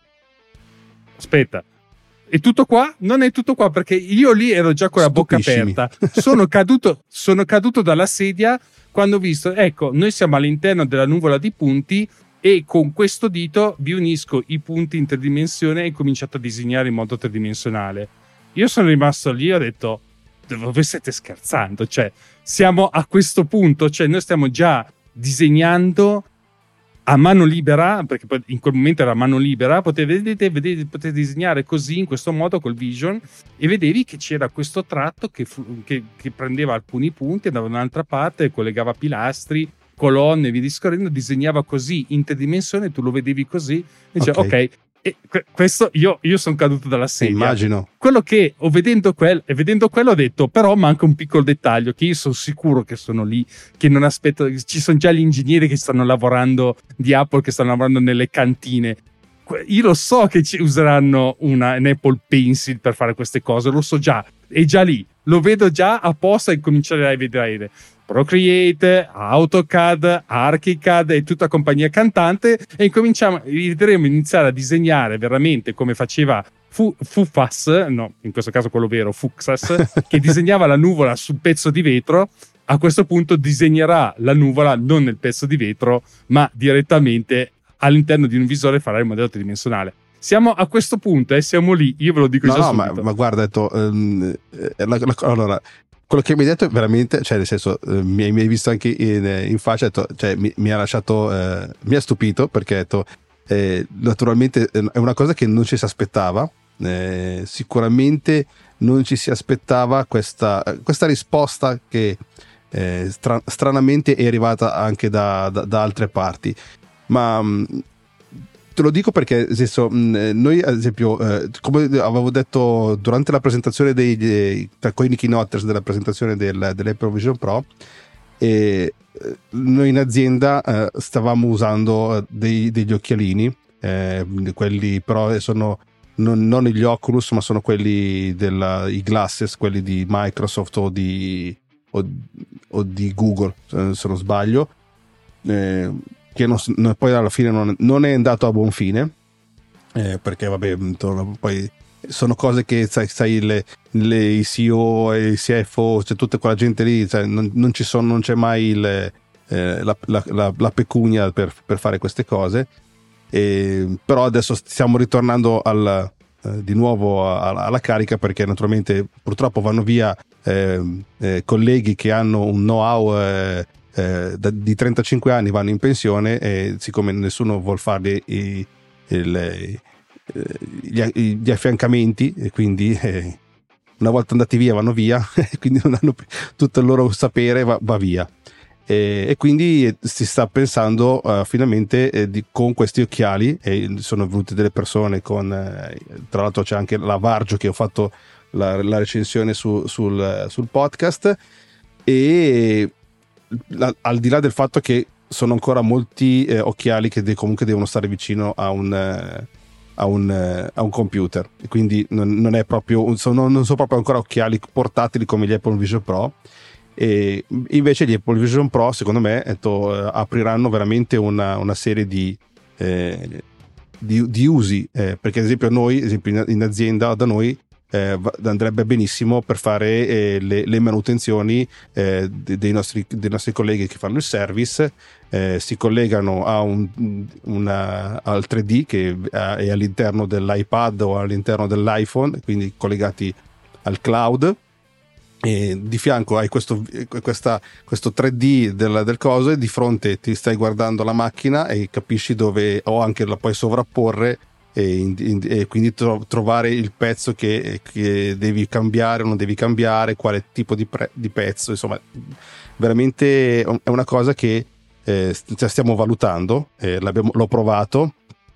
Aspetta, è tutto qua? Non è tutto qua, perché io lì ero già con la bocca aperta. Sono caduto dalla sedia quando ho visto, ecco, noi siamo all'interno della nuvola di punti e con questo dito vi unisco i punti in tridimensione e ho cominciato a disegnare in modo tridimensionale. Io sono rimasto lì e ho detto, voi state scherzando? Cioè, siamo a questo punto? Cioè, noi stiamo già disegnando a mano libera, perché in quel momento era a mano libera, potete disegnare così, in questo modo, col Vision, e vedevi che c'era questo tratto che prendeva alcuni punti, andava da un'altra parte, collegava pilastri, colonne, via discorrendo, disegnava così in tridimensione, tu lo vedevi così, e dicevi, ok. E questo io sono caduto dalla sedia. Immagino. Quello che vedendo quello ho detto, però manca un piccolo dettaglio, che io sono sicuro che sono lì, che non aspetto, ci sono già gli ingegneri che stanno lavorando di Apple, che stanno lavorando nelle cantine. Io lo so che useranno un Apple Pencil per fare queste cose, lo so già, è già lì, lo vedo già apposta e comincerai a vedere Procreate, AutoCAD, ArchiCAD e tutta compagnia cantante, e vedremo iniziare a disegnare veramente come faceva Fufas, no, in questo caso quello vero, Fuxas, che disegnava la nuvola sul pezzo di vetro. A questo punto disegnerà la nuvola non nel pezzo di vetro, ma direttamente all'interno di un visore, farà il modello tridimensionale. Siamo a questo punto, siamo lì, io ve lo dico già subito. Ma guarda, allora, quello che mi hai detto è veramente, cioè nel senso, mi hai visto anche in faccia, detto, cioè, mi ha lasciato, mi ha stupito, perché detto, naturalmente è una cosa che non ci si aspettava, sicuramente non ci si aspettava questa risposta che stranamente è arrivata anche da altre parti, ma te lo dico perché nel senso, noi ad esempio, come avevo detto durante la presentazione con i keynote della presentazione dell'Apple Vision Pro, noi in azienda stavamo usando degli occhialini, quelli però sono non gli Oculus, ma sono quelli i glasses, quelli di Microsoft o di Google, se non sbaglio, che poi alla fine non è andato a buon fine, perché vabbè, poi sono cose che sai i CEO e i CFO, cioè tutta quella gente lì, cioè, non c'è mai la pecunia per fare queste cose. Però adesso stiamo ritornando di nuovo alla carica, perché naturalmente purtroppo vanno via colleghi che hanno un know-how di 35 anni, vanno in pensione, e siccome nessuno vuol farli gli affiancamenti, e quindi una volta andati via vanno via quindi non hanno più tutto il loro sapere, va via. E quindi si sta pensando finalmente con questi occhiali, e sono venute delle persone tra l'altro c'è anche la Vargio, che ho fatto la recensione sul podcast, e al di là del fatto che sono ancora molti occhiali che comunque devono stare vicino a un computer, quindi non è proprio non sono proprio ancora occhiali portatili come gli Apple Vision Pro. E invece gli Apple Vision Pro, secondo me, apriranno veramente una serie di usi, perché ad esempio in azienda da noi andrebbe benissimo per fare le manutenzioni dei nostri colleghi che fanno il service. Si collegano al 3D che è all'interno dell'iPad o all'interno dell'iPhone, quindi collegati al cloud, e di fianco hai questo 3D del coso, e di fronte ti stai guardando la macchina e capisci dove, o anche la puoi sovrapporre e quindi trovare il pezzo che devi cambiare o non devi cambiare, quale tipo di pezzo. Insomma, veramente è una cosa che stiamo valutando, l'ho provato,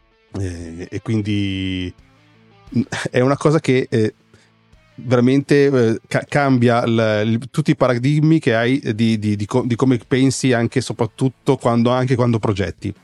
e quindi è una cosa che veramente cambia tutti i paradigmi che hai di come pensi, anche soprattutto quando progetti.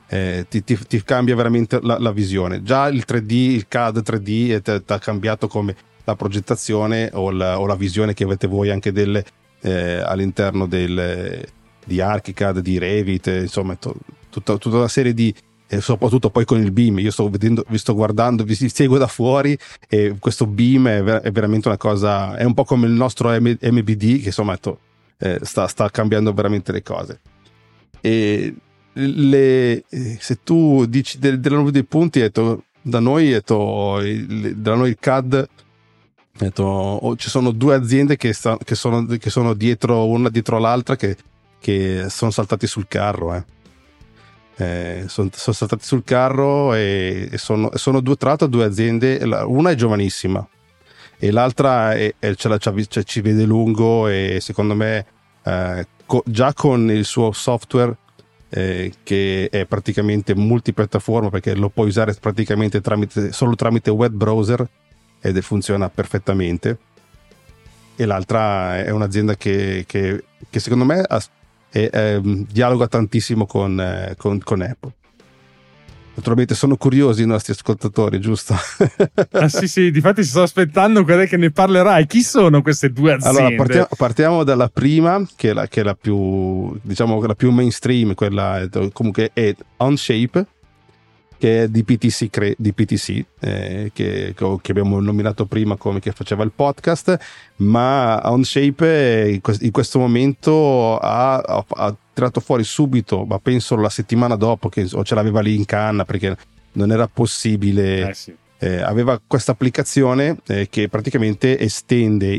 Ti cambia veramente la visione. Già il 3D, il CAD 3D ti ha cambiato come la progettazione o la visione che avete voi anche all'interno di ArchiCAD, di Revit, insomma tutta una serie di, soprattutto poi con il BIM. Io vi sto guardando, vi seguo da fuori, e questo BIM è veramente una cosa, è un po' come il nostro MBD, che insomma sta cambiando veramente le cose. E se tu dici della novità dei punti, da noi il CAD, ci sono due aziende che sono dietro, una dietro l'altra, che sono saltati sul carro. Sono saltati sul carro, e sono tra l'altro due aziende. Una è giovanissima e l'altra ci vede lungo, e secondo me già con il suo software, che è praticamente multipiattaforma, perché lo puoi usare praticamente solo tramite web browser, ed funziona perfettamente. E l'altra è un'azienda che secondo me dialoga tantissimo con Apple. Naturalmente sono curiosi i nostri ascoltatori, giusto? Ah, sì, difatti sto aspettando quella che ne parlerai. Chi sono queste due aziende? Allora, partiamo dalla prima, che è la più, diciamo, la più mainstream, quella comunque è Onshape, che è di PTC, che abbiamo nominato prima come che faceva il podcast. Ma Onshape in questo momento ha tirato fuori subito, ma penso la settimana dopo, che ce l'aveva lì in canna perché non era possibile. Sì. Aveva questa applicazione che praticamente estende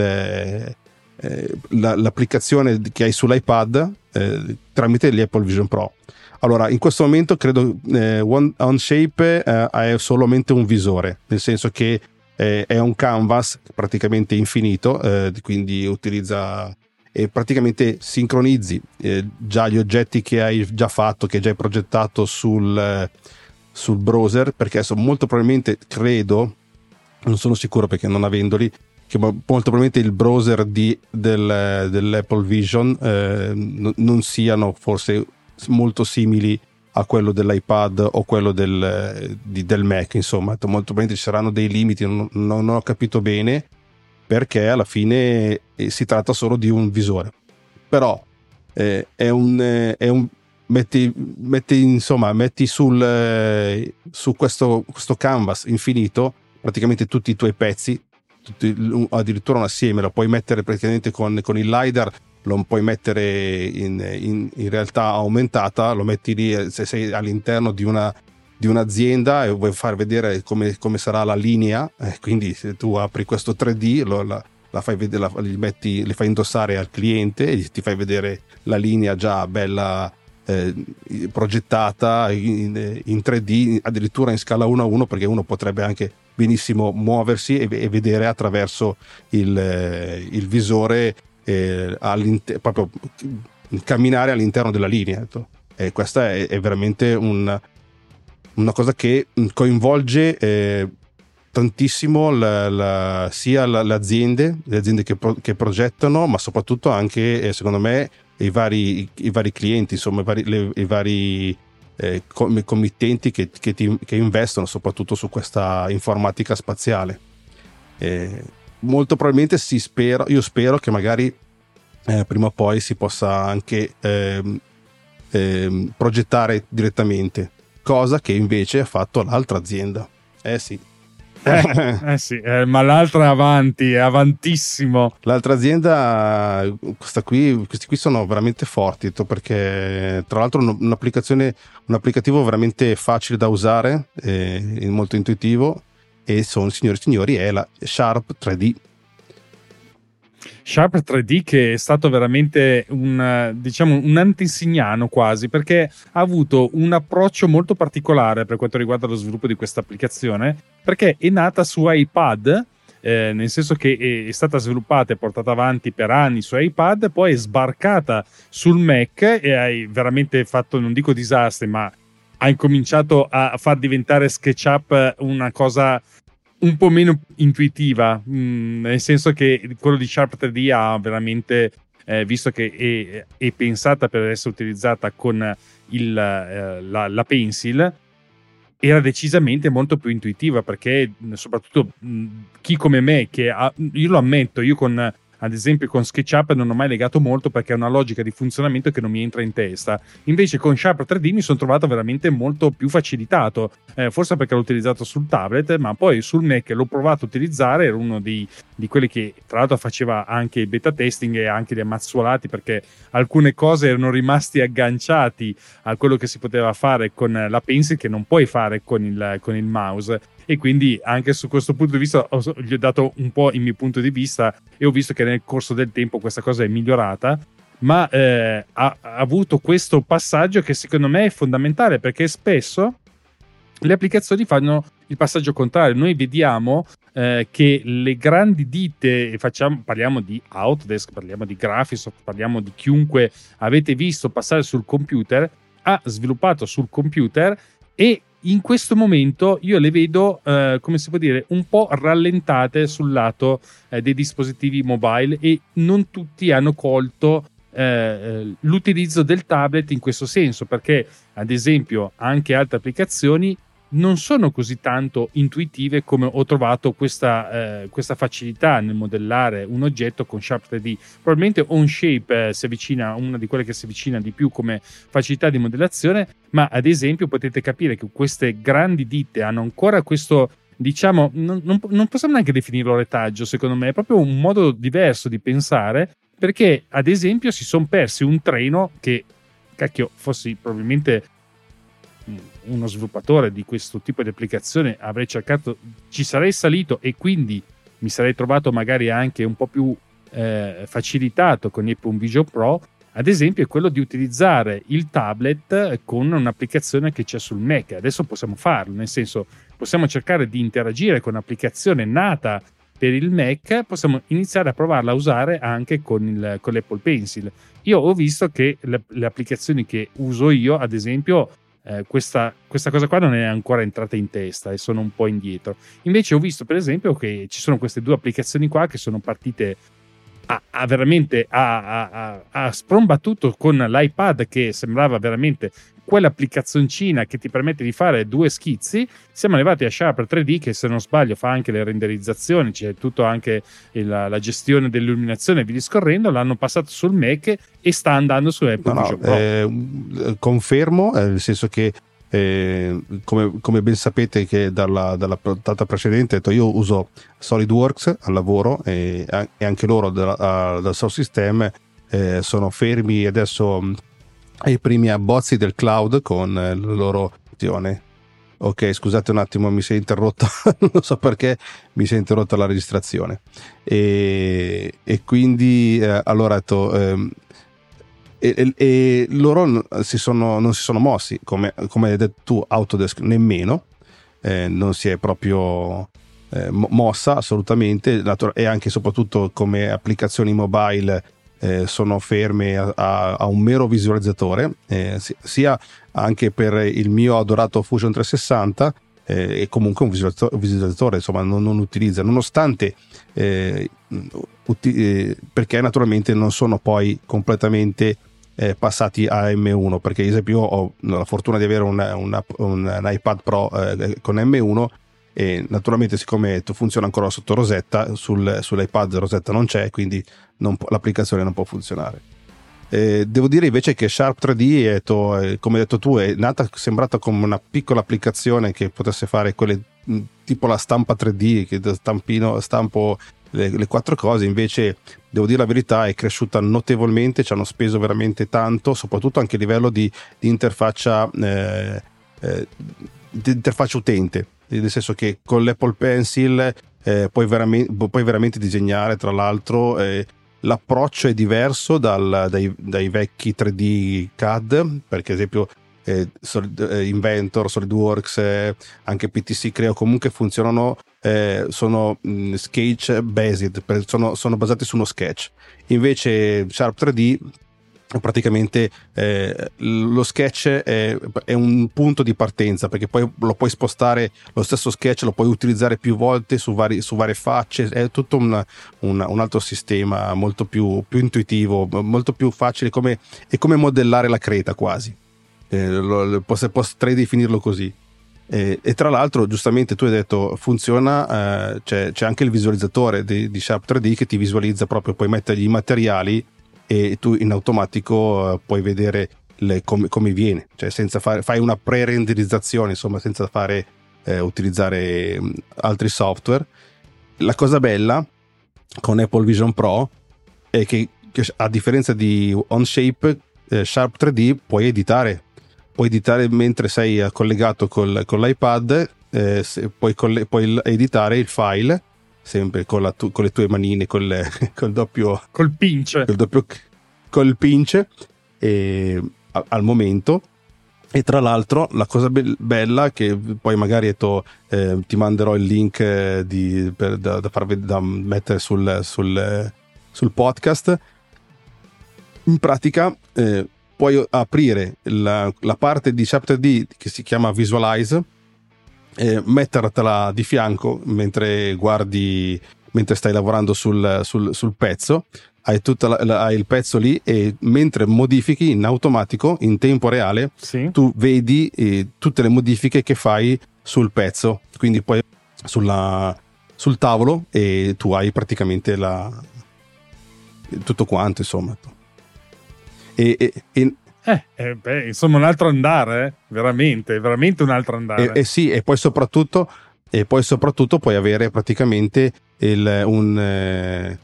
l'applicazione che hai sull'iPad tramite gli Apple Vision Pro. Allora, in questo momento credo Onshape è solamente un visore, nel senso che è un canvas praticamente infinito, quindi utilizza e praticamente sincronizzi già gli oggetti che hai già fatto, che già hai progettato sul browser, perché adesso molto probabilmente, credo, non sono sicuro perché non avendoli, che molto probabilmente il browser dell'Apple Vision non siano forse molto simili a quello dell'iPad o quello del Mac. Insomma, molto probabilmente ci saranno dei limiti, non ho capito bene, perché alla fine si tratta solo di un visore. Però è un metti su questo canvas infinito praticamente tutti i tuoi pezzi, addirittura un assieme, lo puoi mettere praticamente con il LiDAR, lo puoi mettere in realtà aumentata, lo metti lì se sei all'interno di un'azienda e vuoi far vedere come sarà la linea, quindi se tu apri questo 3D la fai vedere, li fai indossare al cliente e ti fai vedere la linea già bella progettata in 3D, addirittura in scala 1:1, perché uno potrebbe anche benissimo muoversi e vedere attraverso il visore, proprio camminare all'interno della linea. E questa è veramente una cosa che coinvolge tantissimo sia le aziende che progettano, ma soprattutto anche secondo me i vari clienti, insomma i vari committenti che investono soprattutto su questa informatica spaziale. Molto probabilmente io spero che magari prima o poi si possa anche progettare direttamente, cosa che invece ha fatto l'altra azienda. Sì. Sì, ma l'altra è avantissimo. L'altra azienda, questi qui sono veramente forti, perché tra l'altro un applicativo veramente facile da usare, molto intuitivo, e signori è la Sharp 3D. Sharp 3D, che è stato veramente un antesignano quasi, perché ha avuto un approccio molto particolare per quanto riguarda lo sviluppo di questa applicazione, perché è nata su iPad, nel senso che è stata sviluppata e portata avanti per anni su iPad, poi è sbarcata sul Mac e hai veramente fatto, non dico disastri, ma ha incominciato a far diventare SketchUp una cosa un po' meno intuitiva, nel senso che quello di Sharp 3D ha veramente, visto che è pensata per essere utilizzata con la Pencil, era decisamente molto più intuitiva, perché soprattutto chi come me, io lo ammetto, io ad esempio con SketchUp non ho mai legato molto, perché è una logica di funzionamento che non mi entra in testa. Invece con Sharp 3D mi sono trovato veramente molto più facilitato, forse perché l'ho utilizzato sul tablet, ma poi sul Mac l'ho provato a utilizzare, ero uno di quelli che tra l'altro faceva anche il beta testing e anche li ammazzolati, perché alcune cose erano rimasti agganciati a quello che si poteva fare con la Pencil, che non puoi fare con il mouse. E quindi anche su questo punto di vista gli ho dato un po' il mio punto di vista e ho visto che nel corso del tempo questa cosa è migliorata, ma ha avuto questo passaggio che secondo me è fondamentale, perché spesso le applicazioni fanno il passaggio contrario. Noi vediamo che le grandi ditte, parliamo di Autodesk, parliamo di Graphisoft, parliamo di chiunque avete visto passare sul computer, ha sviluppato sul computer, e in questo momento io le vedo, come si può dire, un po' rallentate sul lato dei dispositivi mobile, e non tutti hanno colto l'utilizzo del tablet in questo senso, perché ad esempio anche altre applicazioni non sono così tanto intuitive come ho trovato questa facilità nel modellare un oggetto con Sharp 3D. Probabilmente OnShape si avvicina, una di quelle che si avvicina di più come facilità di modellazione, ma ad esempio potete capire che queste grandi ditte hanno ancora questo, diciamo, non possiamo neanche definirlo retaggio, secondo me è proprio un modo diverso di pensare, perché ad esempio si sono persi un treno che, cacchio, fossi probabilmente uno sviluppatore di questo tipo di applicazione, avrei cercato, ci sarei salito e quindi mi sarei trovato magari anche un po' più facilitato con Apple Vision Pro, ad esempio, è quello di utilizzare il tablet con un'applicazione che c'è sul Mac. Adesso possiamo farlo, nel senso, possiamo cercare di interagire con un'applicazione nata per il Mac, possiamo iniziare a provarla a usare anche con l'Apple Pencil. Io ho visto che le applicazioni che uso io, ad esempio, questa cosa qua non è ancora entrata in testa e sono un po' indietro. Invece ho visto per esempio che ci sono queste due applicazioni qua che sono partite veramente a sprombattuto con l'iPad, che sembrava veramente quell'applicazioncina che ti permette di fare 2 schizzi. Siamo arrivati a Sharp 3D, che se non sbaglio fa anche le renderizzazioni, c'è tutto anche la gestione dell'illuminazione e via discorrendo. L'hanno passato sul Mac e sta andando su Apple Vision Pro. Confermo, nel senso che come ben sapete che dalla puntata precedente io uso SolidWorks al lavoro e anche loro dal Source System sono fermi adesso ai primi abbozzi del cloud con la loro opzione. Ok, scusate un attimo, mi si è interrotta, non so perché mi si è interrotta la registrazione e quindi allora ho detto e loro non si sono mossi, come hai detto tu, Autodesk nemmeno, non si è proprio mossa assolutamente, e anche soprattutto come applicazioni mobile sono ferme a un mero visualizzatore, sia anche per il mio adorato Fusion 360 e comunque un visualizzatore insomma non utilizza, nonostante perché naturalmente non sono poi completamente passati a M1, perché ad esempio io ho la fortuna di avere un iPad Pro con M1 e naturalmente siccome funziona ancora sotto Rosetta, sull'iPad Rosetta non c'è, quindi l'applicazione non può funzionare. Devo dire invece che Sharp 3D come hai detto tu è sembrata come una piccola applicazione che potesse fare quelle tipo la stampa 3D che stampo le 4 cose. Invece devo dire la verità, è cresciuta notevolmente, ci hanno speso veramente tanto, soprattutto anche a livello di interfaccia di interfaccia utente, nel senso che con l'Apple Pencil puoi veramente disegnare. Tra l'altro l'approccio è diverso dai vecchi 3D CAD, perché ad esempio Inventor, SolidWorks, anche PTC Creo comunque funzionano, sono sketch based, sono basati su uno sketch. Invece Sharp 3D praticamente lo sketch è un punto di partenza, perché poi lo puoi spostare, lo stesso sketch lo puoi utilizzare più volte su varie facce, è tutto un altro sistema molto più intuitivo, molto più facile, è come modellare la creta quasi, potrei definirlo così. E tra l'altro giustamente tu hai detto funziona, c'è anche il visualizzatore di Sharp 3D che ti visualizza proprio, puoi mettergli i materiali e tu in automatico puoi vedere come viene, cioè senza fai una pre-renderizzazione, insomma, senza utilizzare altri software. La cosa bella con Apple Vision Pro è che a differenza di Onshape, Sharp 3D puoi editare mentre sei collegato con l'iPad, puoi editare il file sempre con le tue manine, col pinch al momento. E tra l'altro la cosa bella, che poi magari ti manderò il link da mettere sul podcast, in pratica puoi aprire la parte di Sharp 3D che si chiama Visualize, mettertela di fianco mentre stai lavorando sul pezzo, hai il pezzo lì, e mentre modifichi in automatico, in tempo reale, sì, tu vedi tutte le modifiche che fai sul pezzo, quindi poi sul tavolo, e tu hai praticamente tutto quanto, insomma. Insomma, un altro andare, veramente un altro andare. Sì, e poi soprattutto puoi avere praticamente le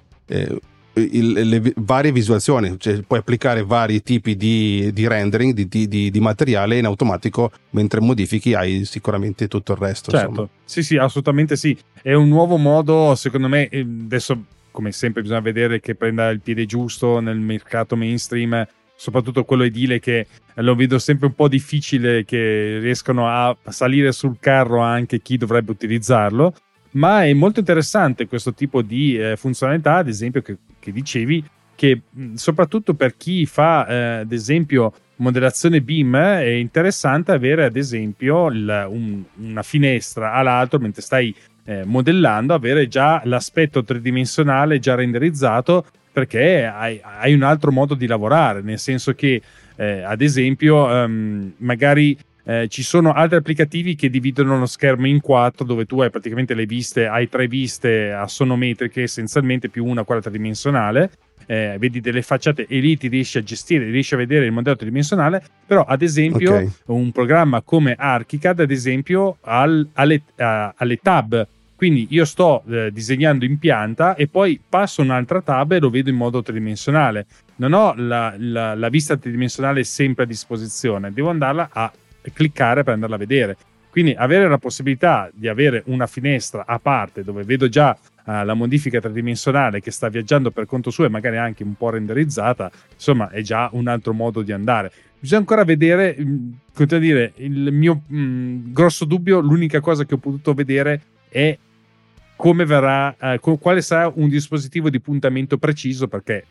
varie visualizzazioni, cioè puoi applicare vari tipi di rendering di materiale in automatico, mentre modifichi hai sicuramente tutto il resto. Certo, insomma. Sì, assolutamente sì. È un nuovo modo, secondo me. Adesso, come sempre, bisogna vedere che prenda il piede giusto nel mercato mainstream, soprattutto quello edile, che lo vedo sempre un po' difficile che riescano a salire sul carro anche chi dovrebbe utilizzarlo. Ma è molto interessante questo tipo di funzionalità, ad esempio, che dicevi, che soprattutto per chi fa ad esempio modellazione BIM è interessante avere ad esempio una finestra all'altro mentre stai modellando, avere già l'aspetto tridimensionale già renderizzato, perché hai un altro modo di lavorare, nel senso che ad esempio magari ci sono altri applicativi che dividono lo schermo in 4, dove tu hai praticamente hai 3 viste assonometriche essenzialmente, più una quella tridimensionale. Vedi delle facciate e lì ti riesci a gestire, riesci a vedere il modello tridimensionale. Però ad esempio un programma come ArchiCAD ad esempio alle tab, quindi io sto disegnando in pianta e poi passo un'altra tab e lo vedo in modo tridimensionale. Non ho la vista tridimensionale sempre a disposizione, devo andarla a cliccare per andarla a vedere. Quindi avere la possibilità di avere una finestra a parte dove vedo già la modifica tridimensionale che sta viaggiando per conto suo e magari anche un po' renderizzata, insomma è già un altro modo di andare. Bisogna ancora vedere, continua a dire, il mio grosso dubbio, l'unica cosa che ho potuto vedere è come verrà, quale sarà un dispositivo di puntamento preciso, perché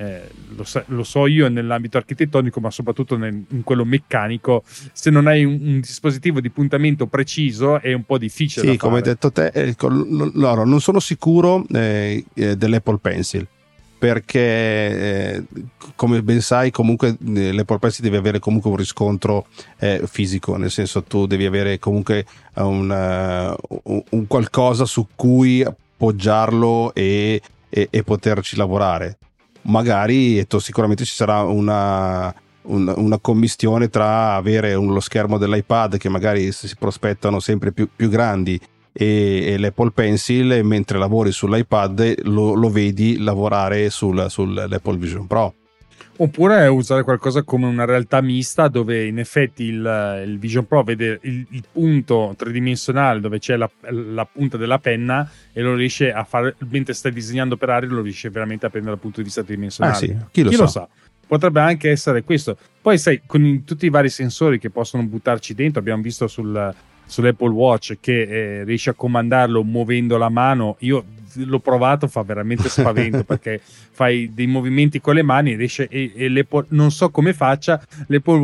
lo so io nell'ambito architettonico, ma soprattutto in quello meccanico, se non hai un dispositivo di puntamento preciso è un po' difficile da fare. Come hai detto te, loro non sono sicuro dell'Apple Pencil, perché come ben sai comunque l'Apple Pencil deve avere comunque un riscontro fisico, nel senso tu devi avere comunque un qualcosa su cui appoggiarlo e poterci lavorare. Magari sicuramente ci sarà una commistione tra avere lo schermo dell'iPad, che magari si prospettano sempre più grandi, e l'Apple Pencil, e mentre lavori sull'iPad lo vedi lavorare sull'Apple Vision Pro. Oppure usare qualcosa come una realtà mista, dove in effetti il Vision Pro vede il punto tridimensionale dove c'è la punta della penna e lo riesce a fare mentre stai disegnando per aria, lo riesce veramente a prendere dal punto di vista tridimensionale. Sì, chi lo sa. Potrebbe anche essere questo. Poi sai, con tutti i vari sensori che possono buttarci dentro, abbiamo visto sull'Apple Watch che riesce a comandarlo muovendo la mano. Io l'ho provato, fa veramente spavento perché fai dei movimenti con le mani, riesce e non so come faccia l'Apple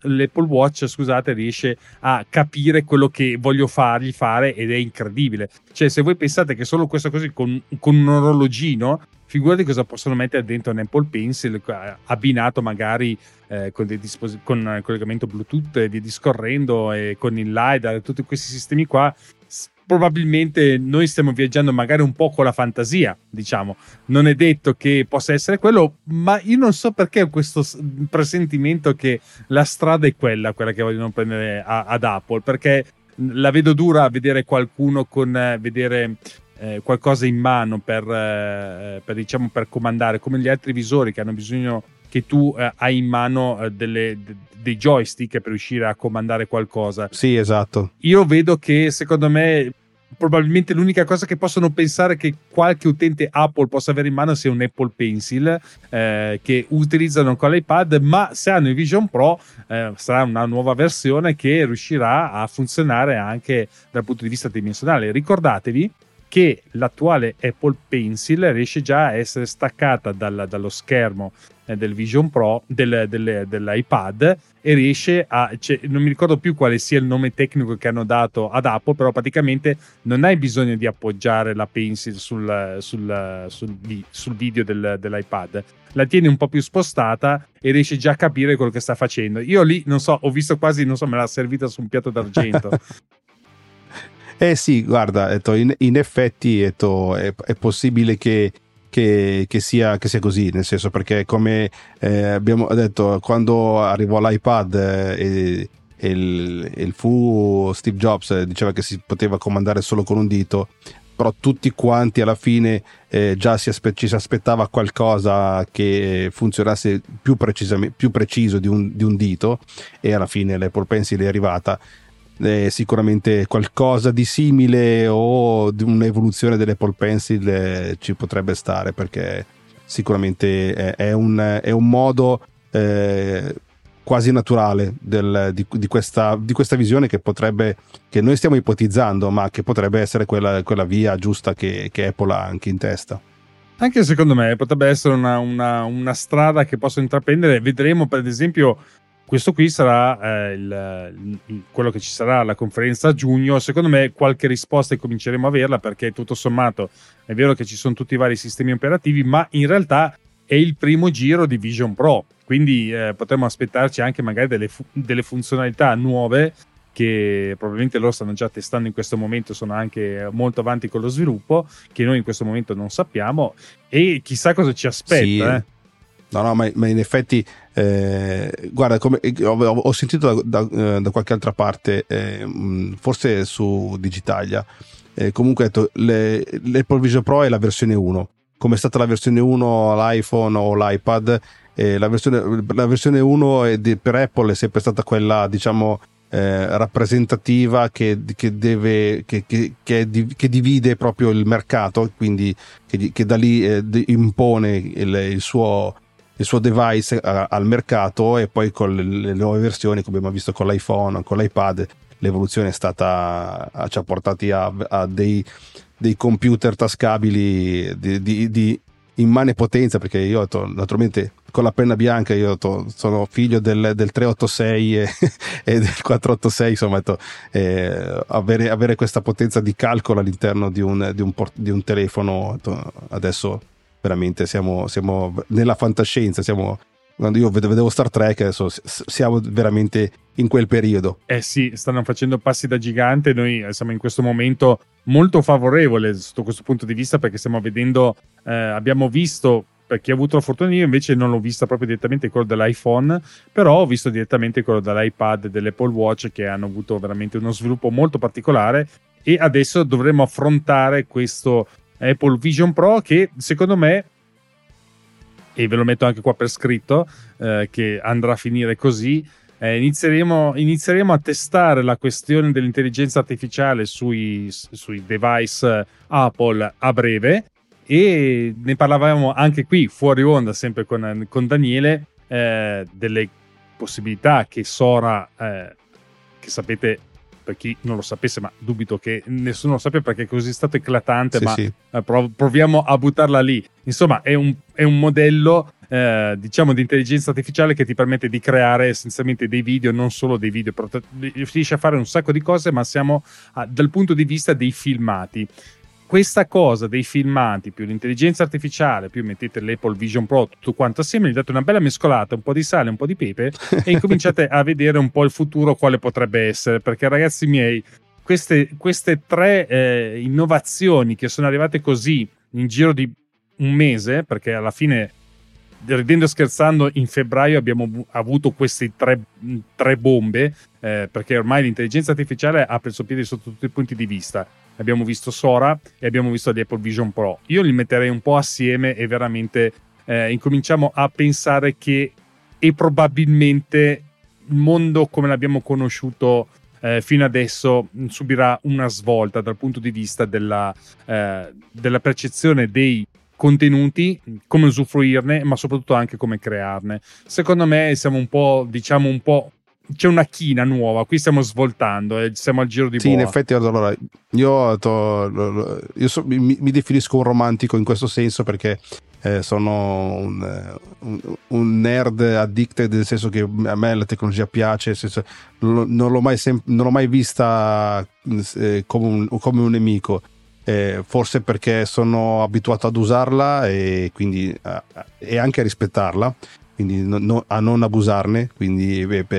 Watch, scusate, riesce a capire quello che voglio fargli fare, ed è incredibile. Cioè, se voi pensate che solo questo così con un orologino, figurati cosa possono mettere dentro un Apple Pencil abbinato magari con collegamento Bluetooth e via discorrendo, e con il LiDAR, tutti questi sistemi qua. Probabilmente noi stiamo viaggiando magari un po' con la fantasia, diciamo, non è detto che possa essere quello, ma io non so perché ho questo presentimento che la strada è quella che vogliono prendere ad Apple, perché la vedo dura a vedere qualcuno vedere qualcosa in mano per comandare, come gli altri visori che hanno bisogno che tu hai in mano dei joystick per riuscire a comandare qualcosa. Sì, esatto. Io vedo che, secondo me, probabilmente l'unica cosa che possono pensare che qualche utente Apple possa avere in mano sia un Apple Pencil che utilizzano con l'iPad, ma se hanno il Vision Pro sarà una nuova versione che riuscirà a funzionare anche dal punto di vista dimensionale. Ricordatevi che l'attuale Apple Pencil riesce già a essere staccata dallo schermo del Vision Pro dell'iPad, e riesce non mi ricordo più quale sia il nome tecnico che hanno dato ad Apple, però praticamente non hai bisogno di appoggiare la Pencil sul video dell'iPad, la tieni un po' più spostata e riesci già a capire quello che sta facendo. Io lì, non so, ho visto quasi, non so, me l'ha servita su un piatto d'argento. Sì, guarda, in effetti è possibile che sia così, nel senso, perché come abbiamo detto, quando arrivò l'iPad e il fu Steve Jobs diceva che si poteva comandare solo con un dito, però tutti quanti alla fine già ci si aspettava qualcosa che funzionasse più preciso di un dito, e alla fine l'Apple Pencil è arrivata. Sicuramente qualcosa di simile o di un'evoluzione dell'Apple Pencil ci potrebbe stare, perché sicuramente è un modo quasi naturale di questa visione che noi stiamo ipotizzando, ma che potrebbe essere quella via giusta che Apple ha anche in testa. Anche secondo me potrebbe essere una strada che posso intraprendere. Vedremo, per esempio. Questo qui sarà quello che ci sarà alla conferenza a giugno. Secondo me qualche risposta cominceremo a averla, perché tutto sommato è vero che ci sono tutti i vari sistemi operativi, ma in realtà è il primo giro di Vision Pro, quindi potremmo aspettarci anche magari delle funzionalità nuove che probabilmente loro stanno già testando in questo momento, sono anche molto avanti con lo sviluppo, che noi in questo momento non sappiamo, e chissà cosa ci aspetta. Sì. No, ma in effetti, guarda, come ho sentito da qualche altra parte, forse su Digitalia, comunque l'Apple Vision Pro è la versione 1, come è stata la versione 1 all'iPhone o l'iPad. La versione 1 per Apple è sempre stata quella, diciamo, rappresentativa che divide proprio il mercato, quindi che da lì impone il suo device al mercato, e poi con le nuove versioni, come abbiamo visto con l'iPhone, con l'iPad, l'evoluzione è stata, ci ha portati a dei computer tascabili di immane potenza, perché io naturalmente con la penna bianca sono figlio del 386 e del 486, insomma, avere questa potenza di calcolo all'interno di un telefono, adesso veramente siamo nella fantascienza, quando io vedevo Star Trek, adesso siamo veramente in quel periodo. Sì, stanno facendo passi da gigante. Noi siamo in questo momento molto favorevole sotto questo punto di vista, perché stiamo vedendo, abbiamo visto, per chi ha avuto la fortuna, io invece non l'ho vista proprio direttamente quello dell'iPhone, però ho visto direttamente quello dell'iPad e dell'Apple Watch, che hanno avuto veramente uno sviluppo molto particolare, e adesso dovremo affrontare questo Apple Vision Pro, che secondo me, e ve lo metto anche qua per scritto, che andrà a finire così, inizieremo a testare la questione dell'intelligenza artificiale sui device Apple a breve, e ne parlavamo anche qui fuori onda, sempre con Daniele, delle possibilità che Sora, che sapete, per chi non lo sapesse, ma dubito che nessuno lo sappia perché è così stato eclatante, sì, ma sì. Proviamo a buttarla lì. Insomma, è un modello, diciamo, di intelligenza artificiale che ti permette di creare essenzialmente dei video, non solo dei video, però riesce a fare un sacco di cose, ma siamo dal punto di vista dei filmati. Questa cosa dei filmati più l'intelligenza artificiale, più mettete l'Apple Vision Pro, tutto quanto assieme, gli date una bella mescolata, un po' di sale, un po' di pepe, e incominciate a vedere un po' il futuro quale potrebbe essere, perché ragazzi miei, queste tre innovazioni che sono arrivate così in giro di un mese, perché alla fine, ridendo e scherzando, in febbraio abbiamo avuto queste tre bombe, perché ormai l'intelligenza artificiale ha preso piede sotto tutti i punti di vista. Abbiamo visto Sora e abbiamo visto gli Apple Vision Pro. Io li metterei un po' assieme e veramente incominciamo a pensare che probabilmente il mondo come l'abbiamo conosciuto fino adesso subirà una svolta dal punto di vista della percezione dei contenuti, come usufruirne, ma soprattutto anche come crearne. Secondo me siamo un po', diciamo, c'è una china nuova, qui stiamo svoltando, siamo al giro di boa. Sì, in effetti, allora, io mi definisco un romantico in questo senso, perché sono un nerd addicted, nel senso che a me la tecnologia piace, nel senso, non l'ho mai vista come un nemico, forse perché sono abituato ad usarla e quindi e anche a rispettarla, quindi a non abusarne, quindi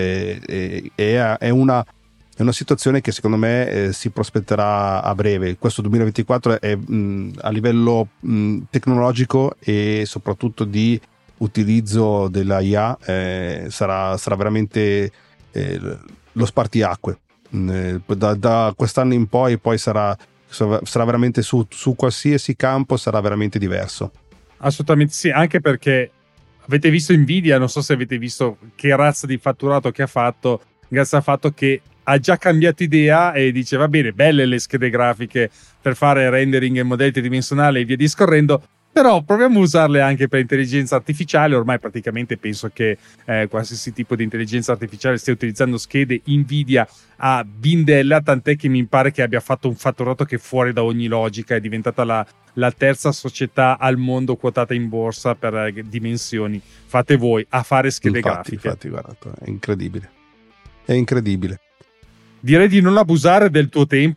è una situazione che secondo me si prospetterà a breve. Questo 2024 è a livello tecnologico e soprattutto di utilizzo della IA, sarà veramente lo spartiacque. Da quest'anno in poi sarà veramente su qualsiasi campo sarà veramente diverso. Assolutamente sì, anche perché avete visto Nvidia, non so se avete visto che razza di fatturato che ha fatto, grazie al fatto che ha già cambiato idea e dice va bene, belle le schede grafiche per fare rendering e modelli tridimensionali e via discorrendo, però proviamo a usarle anche per intelligenza artificiale. Ormai praticamente penso che qualsiasi tipo di intelligenza artificiale stia utilizzando schede Nvidia a bindella, tant'è che mi pare che abbia fatto un fatturato che è fuori da ogni logica, è diventata la terza società al mondo quotata in borsa per dimensioni. Fate voi a fare schede grafiche. Infatti, guarda, è incredibile. Direi di non abusare del tuo tempo.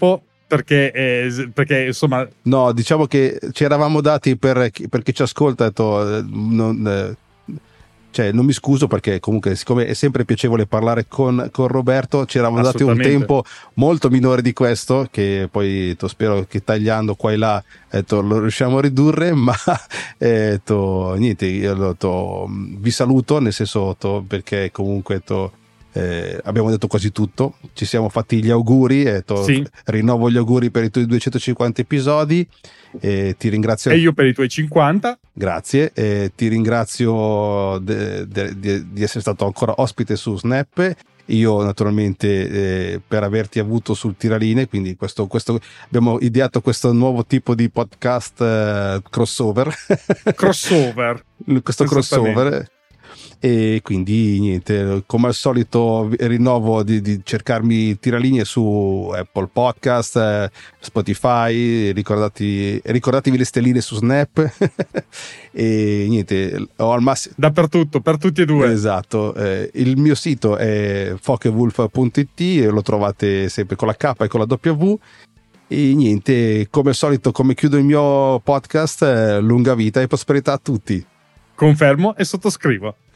perché insomma no, diciamo che ci eravamo dati per chi ci ascolta, detto, cioè non mi scuso perché comunque siccome è sempre piacevole parlare con Roberto, ci eravamo dati un tempo molto minore di questo, che poi spero che tagliando qua e là lo riusciamo a ridurre, ma niente, io vi saluto, nel senso perché comunque abbiamo detto quasi tutto, ci siamo fatti gli auguri, sì. Rinnovo gli auguri per i tuoi 250 episodi, ti ringrazio. E io per i tuoi 50. Grazie, ti ringrazio di essere stato ancora ospite su Snap. Io naturalmente per averti avuto sul Tiraline, quindi abbiamo ideato questo nuovo tipo di podcast crossover. Questo crossover. E quindi niente, come al solito rinnovo di cercarmi Tiralinee su Apple Podcast, Spotify, ricordatevi le stelline su Snap e niente, ho al massimo dappertutto, per tutti e due. Esatto, il mio sito è fokewolf.it e lo trovate sempre con la K e con la W. E niente, come al solito, come chiudo il mio podcast, lunga vita e prosperità a tutti. Confermo e sottoscrivo.